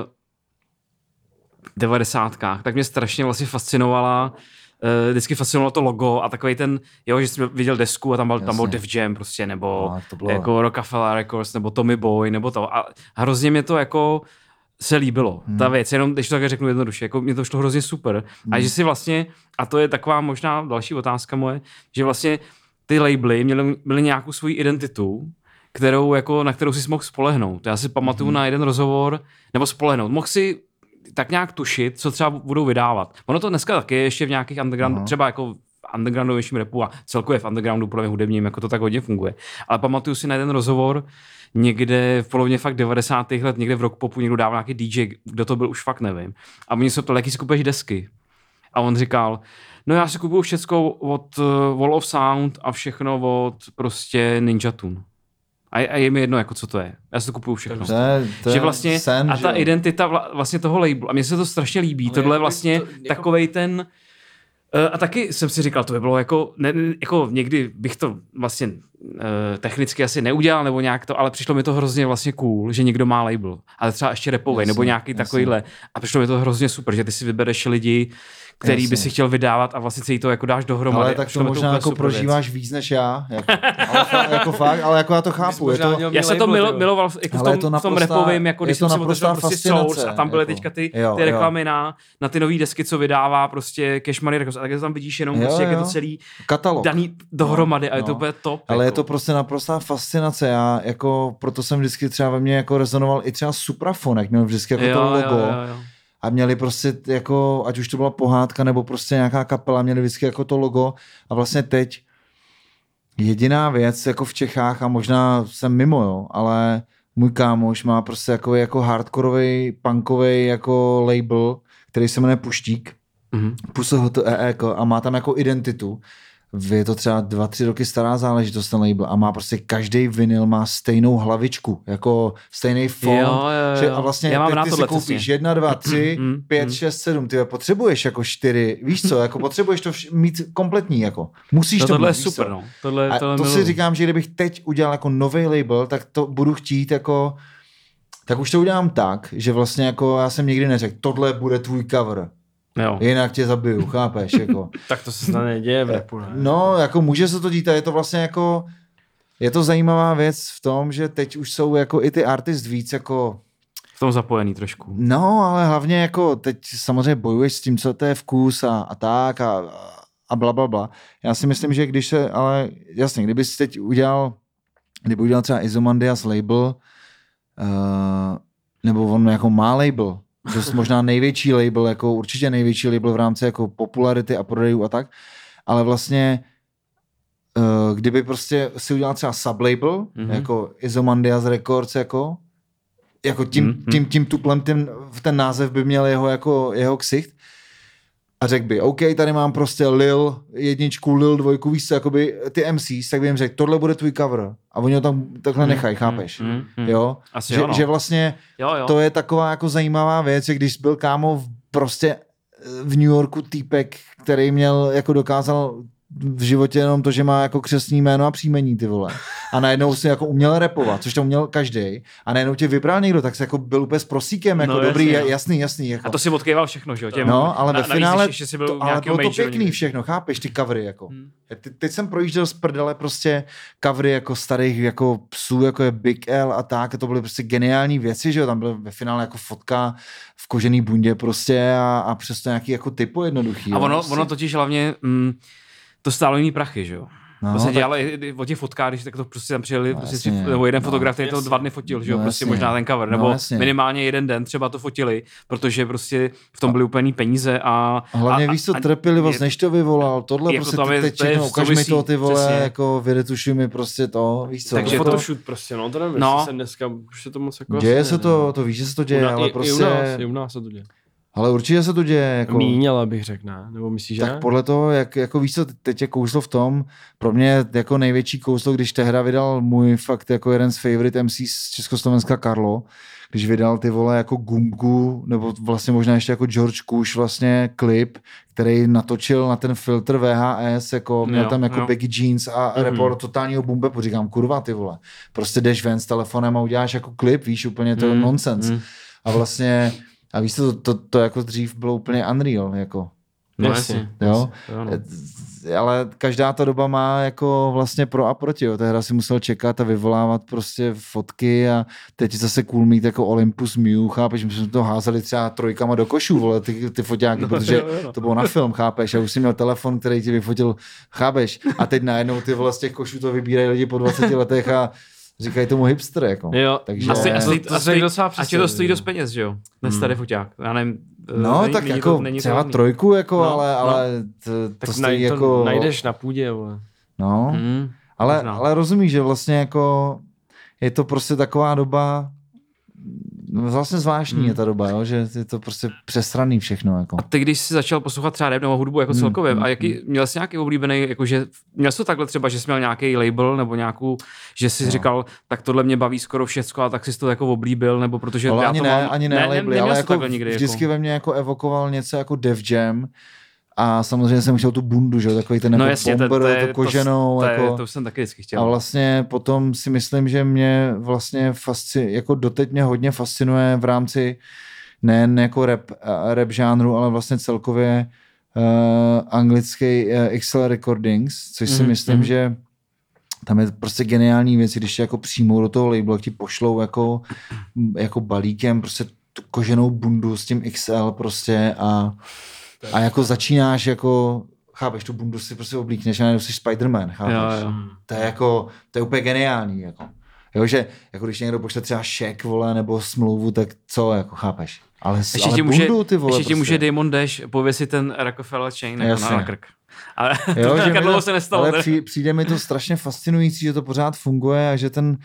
v 90kách, tak mě strašně vlastně vždycky fascinovalo to logo a takový ten, jo, že jsem viděl desku a tam byl Def Jam prostě, nebo jako Rockefeller Records, nebo Tommy Boy, nebo to. A hrozně mě to jako se líbilo. Ta věc, jenom když to také řeknu jednoduše, jako mě to šlo hrozně super. A že si vlastně, a to je taková možná další otázka moje, že vlastně ty labely měly nějakou svoji identitu, na kterou si mohl spolehnout. Já si pamatuju na jeden rozhovor, nebo spolehnout. Mohl si tak nějak tušit, co třeba budou vydávat. Ono to dneska taky je ještě v nějakých underground, třeba jako undergroundovějším rapu a celkově v undergroundu podle mě hudebním, jako to tak hodně funguje. Ale pamatuju si na jeden rozhovor někde v polovině fakt 90. let, někde v rock popu někdo dával nějaký DJ, kdo to byl, už fakt nevím. A oni se ptali, jaký si kupuješ desky. A on říkal, no já si kupuju všecko od Wall of Sound a všechno od prostě Ninja Tune. A je mi jedno, jako co to je. Já si to kupuju všechno. Že vlastně, sen, a ta identita vlastně toho labelu, a mně se to strašně líbí, tohle je vlastně takovej ten... A taky jsem si říkal, to by bylo jako někdy bych to vlastně technicky asi neudělal, nebo nějak to, ale přišlo mi to hrozně vlastně cool, že někdo má label, ale třeba ještě rapovej, nebo nějaký takovýhle. A přišlo mi to hrozně super, že ty si vybereš lidi, který by si chtěl vydávat a vlastně si to jako dáš dohromady. Ale tak to možná jako prožíváš víc než já. Jako fakt, ale jako já to chápu. Já jsem to miloval jako v tom rapovém, jako když jsem si otevřel prostě Source a tam byly teďka ty reklamy na ty nový desky, co vydává prostě Cash Money Records. A tak tam vidíš jenom prostě, jak je to celý katalog daný dohromady a je to úplně top. Ale je to prostě naprostá fascinace. Já jako proto jsem vždycky třeba ve mně jako rezonoval i třeba Suprafon, jak měl vždycky jako to logo. A měli prostě jako, ať už to byla pohádka nebo prostě nějaká kapela, měli vždycky jako to logo. A vlastně teď jediná věc jako v Čechách, a možná jsem mimo, jo, ale můj kámoš má prostě jako hardkorový, punkový jako label, který se jmenuje Puštík. Pusl ho to a má tam jako identitu. Je to třeba 2-3 roky stará záležitost ten label a má prostě každý vinyl má stejnou hlavičku, jako stejný fond. Jo. A vlastně ty si koupíš 1, 2, 3, 5, 6, 7, ty potřebuješ jako 4, víš co, jako potřebuješ to mít kompletní, jako musíš to tohle mít, je super, no. To si říkám, že kdybych teď udělal jako nový label, tak to budu chtít jako, tak už to udělám tak, že vlastně jako já jsem nikdy neřekl, tohle bude tvůj cover. Jo. Jinak tě zabiju, chápeš, jako. Tak to se snad neděje v rapu, ne? No, jako může se to dít, je to vlastně jako, je to zajímavá věc v tom, že teď už jsou jako i ty artist víc jako... V tom zapojený trošku. No, ale hlavně jako teď samozřejmě bojuješ s tím, co to je vkus a tak a blablabla. Já si myslím, že když se, ale jasně, kdyby teď udělal třeba Izomandias label, nebo on jako má label, dost možná největší label, jako určitě největší label v rámci jako popularity a prodejů a tak, ale vlastně kdyby prostě si udělal třeba sublabel, jako Izomandias Records, jako tím tuplem ten název by měl jeho ksicht a řekl by, OK, tady mám prostě Lil 1, Lil 2, víš co, jakoby ty MCs, tak by jim řekl, tohle bude tvůj cover a oni ho tam takhle nechají, chápeš? Jo? Asi že vlastně to je taková jako zajímavá věc, že když byl kámo prostě v New Yorku týpek, který měl, jako dokázal v životě jenom to, že má jako křestní jméno a příjmení, ty vole. A najednou si jako uměl rapovat, což to uměl každý. A najednou tě vybral někdo, tak se jako byl úplně s prosíkem, jako dobrý, jasný. Jako. A to si odkýval všechno, že jo? Ale ve finále, ale bylo to pěkný všechno, chápeš, ty covery, jako. Teď jsem projížděl z prdele prostě covery jako starých jako psů, jako je Big L a tak, a to byly prostě geniální věci, že jo, tam byla ve finále jako fotka v kožený bundě prostě a přesto nějaký jako typo jednoduchý. A ono totiž hlavně to stálo jiný prachy, že jo? To se dělalo i o těch fotkách, když tak to prostě tam přijeli, prostě nebo jeden fotograf, který to 2 dny fotil, že jo, prostě možná ten cover, nebo minimálně 1 den třeba to fotili, protože prostě v tom byly úplně peníze a hlavně víš co, trpělivost, než to vyvolal, tohle jako prostě teď všechno, ukaž mi to, ty vole, přesně. Jako vyretušuj mi prostě to, víš co. Takže photoshoot prostě, no to nevím, jestli se dneska už se to moc jako... Děje se to víš, že se to děje, ale prostě... I u nás se to děje. Ale určitě se to děje. Jako... Míněla bych řekl, ne? Nebo myslíš, že? Tak podle toho, jako víš co, teď je kouzlo v tom, pro mě jako největší kouzlo, když tehda vydal můj fakt jako jeden z favorite MC z Československa Karlo, když vydal ty vole jako Gumgu, nebo vlastně možná ještě jako George Kush vlastně klip, který natočil na ten filtr VHS, jako měl tam jako baggy jeans a report totálního bumbepu, říkám, kurva ty vole, prostě jdeš ven s telefonem a uděláš jako klip, víš, úplně to nonsense. A vlastně a víš, to jako dřív bylo úplně unreal, jako. No jasně. Jo? No. Ale každá ta doba má jako vlastně pro a proti. Jo. Tehdy si musel čekat a vyvolávat prostě fotky a teď zase cool mít jako Olympus Mew, chápeš? My jsme to házeli třeba trojkama do košů, vole, ty foťáky, protože to bylo na film, chápeš? A už jsi měl telefon, který ti vyfotil, chápeš? A teď najednou ty vole z těch košů to vybírají lidi po 20 letech a říkají tomu hipster, jako. Jo, takže... Asi to stojí dost peněz, že jo? Dnes tady foťák. Já nevím, no, tak jako třeba trojku, jako, no, ale to stojí jako... najdeš na půdě, vole. No, ale rozumíš, že vlastně jako je to prostě taková doba, vlastně zvláštní je ta doba, jo? Že je to prostě přesraný všechno. Jako. A ty, když jsi začal poslouchat třeba rap nebo hudbu jako celkově, a měl jsi nějaký oblíbený, jakože měl jsi to takhle třeba, že jsi měl nějaký label nebo nějakou, že jsi říkal, tak tohle mě baví skoro všecko a tak jsi to jako oblíbil, nebo protože ale já ani to ne, mám, ani ne labely, ale jako nikdy, vždycky ve mně jako evokoval něco jako Def Jam. A samozřejmě jsem chtěl tu bundu, že? Takový ten jako jasně, bomber, to koženou. To jsem taky vždycky chtěl. A vlastně potom si myslím, že mě vlastně jako doteď mě hodně fascinuje v rámci nejen jako rap žánru, ale vlastně celkově anglický XL Recordings, což si myslím, že tam je prostě geniální věci, když jako přijmou do toho labelu, ti pošlou jako balíkem prostě tu koženou bundu s tím XL prostě a jako začínáš jako, chápeš, tu bundu si prostě oblíkneš a najednou jsi Spider-Man, chápeš? Jo. To je úplně geniální, jako. Jo, že jako když někdo pošle třeba šek, vole, nebo smlouvu, tak co, jako, chápeš? Ale bundu, ty vole, ještě ti může Damon Dash pověsit ten Rockefeller chain jako na krk. Ale jo, to dlouho se nestalo. Ale přijde mi to strašně fascinující, že to pořád funguje a že ten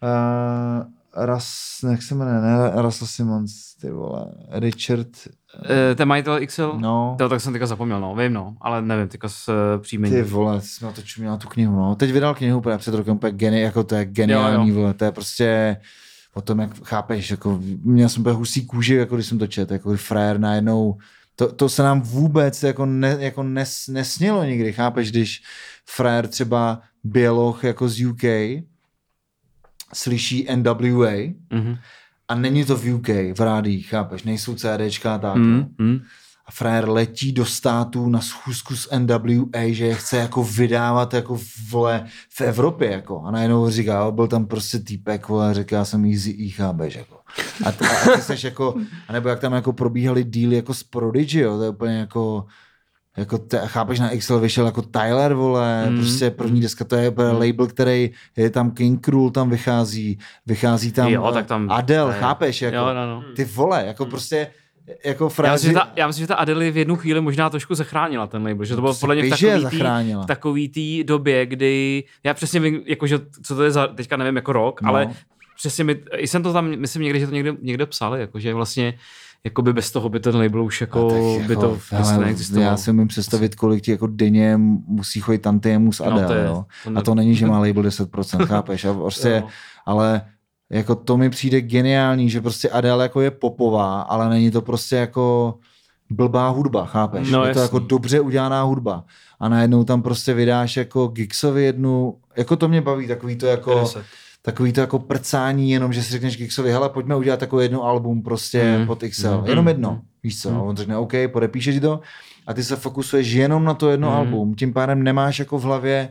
jak se jmenuje, ne Russell Simmons, ty vole, Richard... ten majitel XL? No. Tak jsem teďka zapomněl, no, vím, no, ale nevím, teďka s příjmení. Ty vole, jsme to čuměl tu knihu, no. Teď vydal knihu před rokem, jako to je geniální, jo. Vole, to je prostě o tom, jak chápeš, jako měl jsem úplně husí kůži, jako když jsem to četl, jako frajer najednou, to se nám vůbec jako nesnilo nikdy, chápeš, když frajer třeba běloch jako z UK slyší NWA a není to v UK, v rádiích, chápeš, nejsou CDčka a tak. A frajer letí do států na schůzku s NWA, že je chce jako vydávat jako vole v Evropě, jako. A najednou říká, byl tam prostě týpek, vole, a říká jsem Easy chápeš, jako. A ty seš jako, anebo jak tam jako probíhaly díly jako s Prodigy, jo, to je úplně jako chápeš, na XL vyšel jako Tyler, vole, prostě první deska, to je label, který je tam King Krul, tam vychází tam, jo, tak tam Adele, chápeš, jako, jo, no. ty vole, jako prostě jako já myslím, že ta Adele v jednu chvíli možná trošku zachránila ten label, že to bylo podle mě v takový té době, kdy já přesně vím, jako, že, co to je za, teďka nevím, jako rok, ale přesně jsem to tam, myslím někdy, že to někde psali, jako, že vlastně jakoby bez toho by ten label už jako by to neexistovalo. Já si umím představit, kolik ti jako denně musí chodit tantiemu s Adele, jo. A to není, že má label 10%, chápeš? A prostě, ale jako to mi přijde geniální, že prostě Adele jako je popová, ale není to prostě jako blbá hudba, chápeš? No, je to jako dobře udělaná hudba. A najednou tam prostě vydáš jako Gigsovi jednu, jako to mě baví, takový to jako prcání, jenom že si řekneš Gigsovi, hele, pojďme udělat takové jedno album prostě pod XL. Jenom jedno, víš co? A on řekne, OK, podepíšeš to a ty se fokusuješ jenom na to jedno album. Tím pádem nemáš jako v hlavě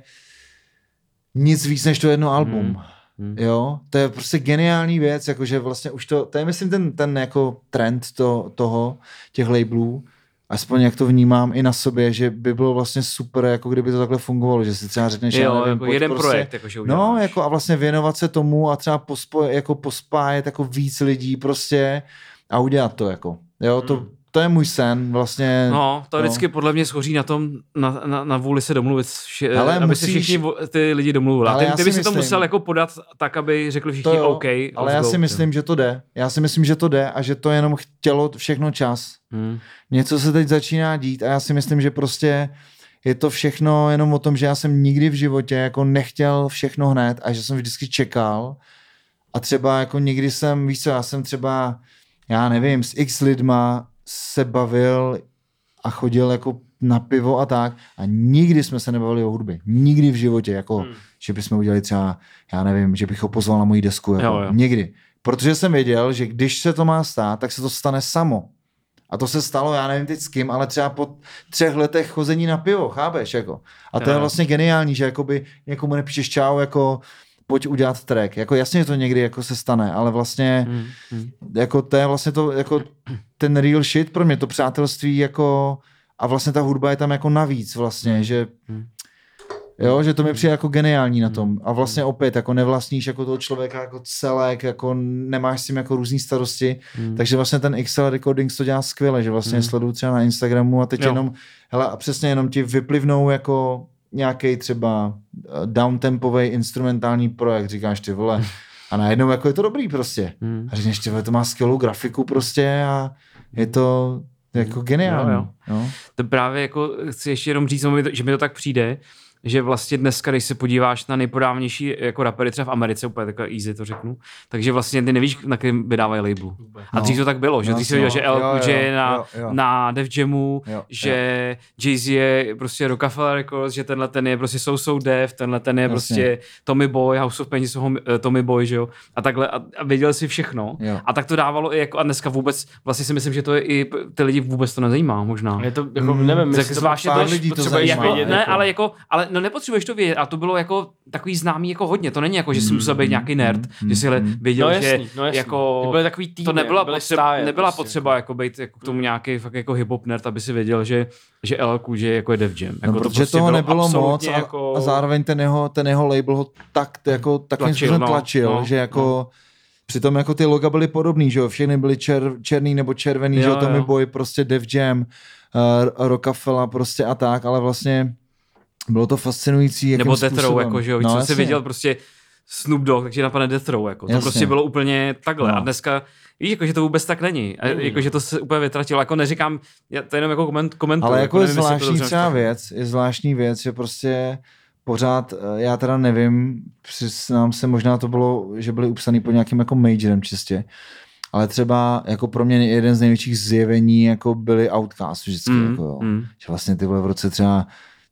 nic víc než to jedno album. Jo, to je prostě geniální věc, jakože vlastně už to je myslím ten jako trend těch labelů, aspoň jak to vnímám i na sobě, že by bylo vlastně super, jako kdyby to takhle fungovalo, že si třeba řekneš, jo, jako jeden prostě, projekt, jakože uděláš. No, jako a vlastně věnovat se tomu a třeba pospájet jako víc lidí prostě a udělat to, jako. Jo, to je můj sen, vlastně. No, to vždycky podle mě schoří na tom, na vůli se domluvit, aby se všichni ty lidi domluvili. Ty by si to musel jako podat tak, aby řekli všichni OK. Ale já si myslím, že to jde. Já si myslím, že to jde a že to jenom chtělo všechno čas. Něco se teď začíná dít a já si myslím, že prostě je to všechno jenom o tom, že já jsem nikdy v životě jako nechtěl všechno hned a že jsem vždycky čekal a třeba jako nikdy jsem, víš co, já jsem třeba, já nevím, s x lidma se bavil a chodil jako na pivo a tak a nikdy jsme se nebavili o hudbě. Nikdy v životě, jako, že bychom udělali třeba, já nevím, že bych ho pozval na moji desku. Jako, jo. Nikdy. Protože jsem věděl, že když se to má stát, tak se to stane samo. A to se stalo, já nevím teď s kým, ale třeba po 3 letech chození na pivo, chápeš, jako. A to je vlastně geniální, že jakoby někomu nepíšeš čau, jako pojď udělat track. Jako jasně to někdy jako se stane, ale vlastně jako to je vlastně to, jako ten real shit pro mě, to přátelství jako a vlastně ta hudba je tam jako navíc vlastně, že jo, že to mi přijde jako geniální na tom. A vlastně opět, jako nevlastníš jako toho člověka jako celek, jako nemáš s tím jako různý starosti. Takže vlastně ten XL Recordings to dělá skvěle, že vlastně sleduju třeba na Instagramu a teď jenom, hele, a přesně jenom ti vyplivnou jako nějaký třeba downtempový instrumentální projekt, říkáš ty vole. A najednou jako je to dobrý prostě. A říkáš ty vole, to má skvělou grafiku prostě a je to jako geniální. Jo. To právě jako chci ještě jenom říct, že mi to tak přijde, že vlastně dneska, když se podíváš na nejpodávnější jako rapery třeba v Americe, úplně takové easy to řeknu, takže vlastně ty nevíš, na kterým vydávají labelu. A dřív to tak bylo, že ty si viděl, že LQ je na Def Jamu, že Jay-Z je prostě Rockefeller Records, že tenhle ten je prostě So Def, tenhle ten je prostě Tommy Boy, House of Pain jsou Tommy Boy, že jo, a takhle a věděl si všechno. A tak to dávalo i jako, a dneska vůbec, vlastně si myslím, že to je i ty lidi vůbec to nezajímá možná. Je to jako, nevím, zvláště to zajímá. Ne, ale no nepotřebuješ to vědět a to bylo jako takový známý jako hodně, to není jako, že jsi musel být nějaký nerd, že jsi věděl, že jako byly takový týmy, to nebyla potřeba jako být jako k tomu nějaký fakt jako hip-hop nerd, aby si věděl, že LQ, že jako je Def Jam. Jako protože prostě toho nebylo moc jako... a zároveň ten jeho label ho tak jako tlačil, že jako přitom jako ty loga byly podobný, že jo, všechny byly černý nebo červený, že jo, Tommy Boy, prostě Def Jam, Rockefeller prostě a tak, ale vlastně bylo to fascinující, jakým nebo způsobem. Death Row, jako, že jo, co jsi viděl prostě Snoop Dogg, takže napadne Death Row, jako. To prostě bylo úplně takhle. A dneska, víš, jako, že to vůbec tak není. A jako, že to se úplně vytratilo. Jako neříkám, to jenom jako komentuju. Ale jako je zvláštní třeba věc, je zvláštní věc, že prostě pořád, já teda nevím, přiznám se, možná to bylo, že byli upsaný pod nějakým jako majorem čistě, ale třeba jako pro mě jeden z největších zjevení jako byly Outkast vždycky, jako jo. Že vlastně ty byly v roce třeba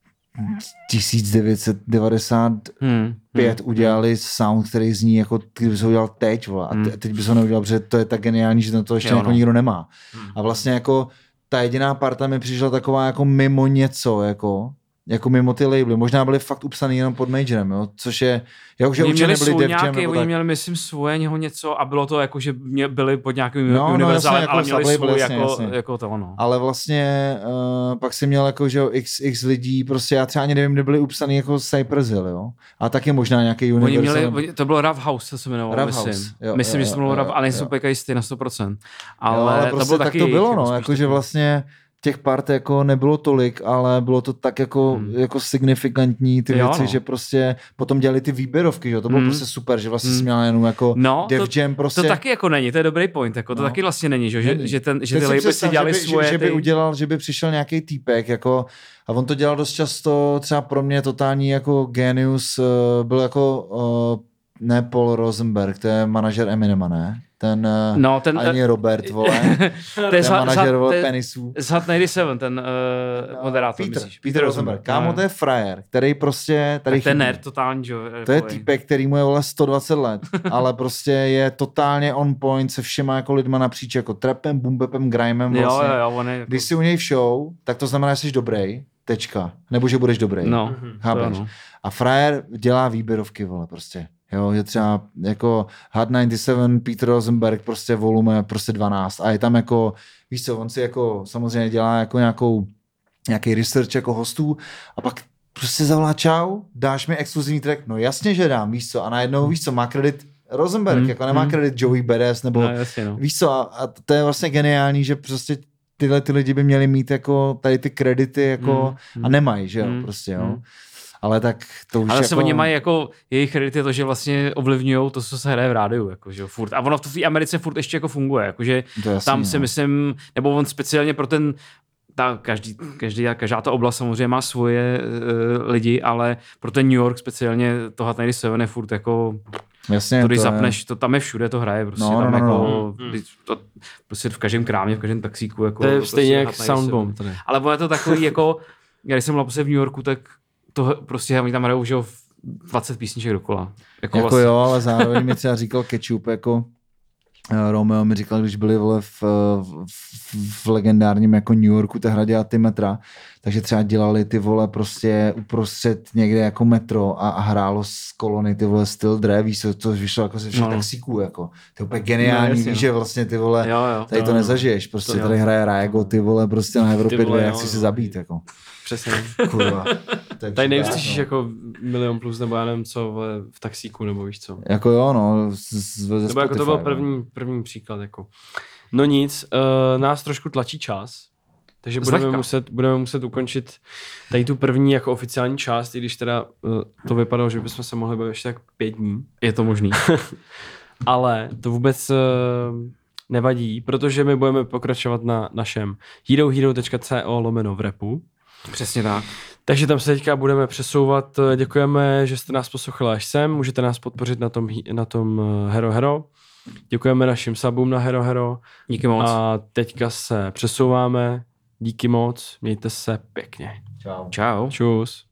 1995 udělali sound, který zní jako kdyby se ho udělal teď, vole, a teď by se ho neudělal, protože to je tak geniální, že to ještě jako nikdo nemá. A vlastně jako ta jediná parta mi přišla taková jako mimo něco, jako mimo ty labely. Možná byly fakt upsaný jenom pod majorem, jo? Což je, že určitě nebyli Def Jam. Oni měli, myslím, svoje něco a bylo to jako, že byli pod nějakým univerzálem, jako ale měli svůj jasně. jako to ono. Ale vlastně pak si měl jako, že jo, x lidí, prostě já třeba ani nevím, kde byli upsaný jako Cypress Hill, jo? A taky možná nějaký univerzál. To bylo Rough House, co se jmenovalo, myslím, že to bylo Rough, ale nejsem úplně jistý na 100%. Ale prostě to bylo tak taky, to bylo, no, jakože vlastně těch part jako nebylo tolik, ale bylo to tak jako signifikantní ty věci, že prostě potom dělali ty výběrovky, že to bylo prostě super, že vlastně jsi měl jenom jako Def Jam prostě. To taky jako není, to je dobrý point, jako to taky vlastně není, že ty labely si dělali svoje. Že by přišel nějaký týpek, jako a on to dělal dost často, třeba pro mě totální jako genius, byl jako ne Paul Rosenberg, to je manažer Eminema, ne? Ten ani Robert, vole. To je manažer, vole, penisů. Z Hot 97, ten moderátor, Peter Rosenberg. Kámo, to je frajer, který prostě... Tak ten nerd totální, že? To je týpek, který mu je, vole, 120 let, ale prostě je totálně on point se všema jako lidma napříč, jako trapem, boombapem, grimem, vlastně. On je jako... Když jsi u něj v show, tak to znamená, že jsi dobrý, tečka. Nebo že budeš dobrý. No. Chápeš? A frajer dělá výběrovky, vole, prostě. Jo, že třeba jako Hot 97, Peter Rosenberg, prostě volume, prostě 12 a je tam jako, víš co, on si jako samozřejmě dělá jako nějaký research jako hostů a pak prostě zavolá čau, dáš mi exkluzivní track, no jasně, že dám, víš co, a najednou, víš co, má kredit Rosenberg, jako nemá kredit Joey Badass, nebo víš co, a to je vlastně geniální, že prostě tyhle ty lidi by měli mít jako tady ty kredity jako a nemají, že jo, prostě, jo. Ale tak to už ale jako... oni mají jako, jejich kredit je to, že vlastně ovlivňují to, co se hraje v rádiu, jakože furt. A ono v té Americe furt ještě jako funguje, jakože tam si myslím, nebo on speciálně pro ten, každá ta oblast samozřejmě má svoje lidi, ale pro ten New York speciálně to Hot 97 je furt jako... Jasně, to když zapneš, to tam je všude, to hraje prostě, tam jako, to, prostě v každém krámě, v každém taxíku, jako... To je stejně jak Soundbomb. Ale ono je to takový, jako, když jsem byl v New Yorku, tak to prostě, oni tam hrajou, že 20 písniček dokola. Jako vlastně. Jo, ale zároveň mi třeba říkal Ketchup, jako, Romeo mi říkal, když byli vole v legendárním jako New Yorku tehdy a ty metra, takže třeba dělali ty vole prostě uprostřed někde jako metro a hrálo z kolony ty vole Still Dre, víš, to vyšlo jako ze všech taxíků, jako. To je úplně geniální, víš, že vlastně ty vole, tady to nezažiješ, prostě tady hraje Rajago, ty vole, prostě na Evropě 2, jak si se zabít, jako. Přesně. Kurva. Tady neuslyšíš jako milion plus, nebo já nevím co, v taxíku, nebo víš co. Jako jo, no. Nebo jako to byl první příklad, jako. No nic, nás trošku tlačí čas, takže budeme muset ukončit tady tu první jako oficiální část, i když teda to vypadalo, že bychom se mohli bavit ještě tak 5 dní. Je to možný. Ale to vůbec nevadí, protože my budeme pokračovat na našem herohero.co/v-repu. Přesně tak. Takže tam se teďka budeme přesouvat. Děkujeme, že jste nás poslouchali až sem. Můžete nás podpořit na tom Hero Hero. Děkujeme našim subům na Hero Hero. Díky moc. A teďka se přesouváme. Díky moc. Mějte se pěkně. Čau. Čau. Čus.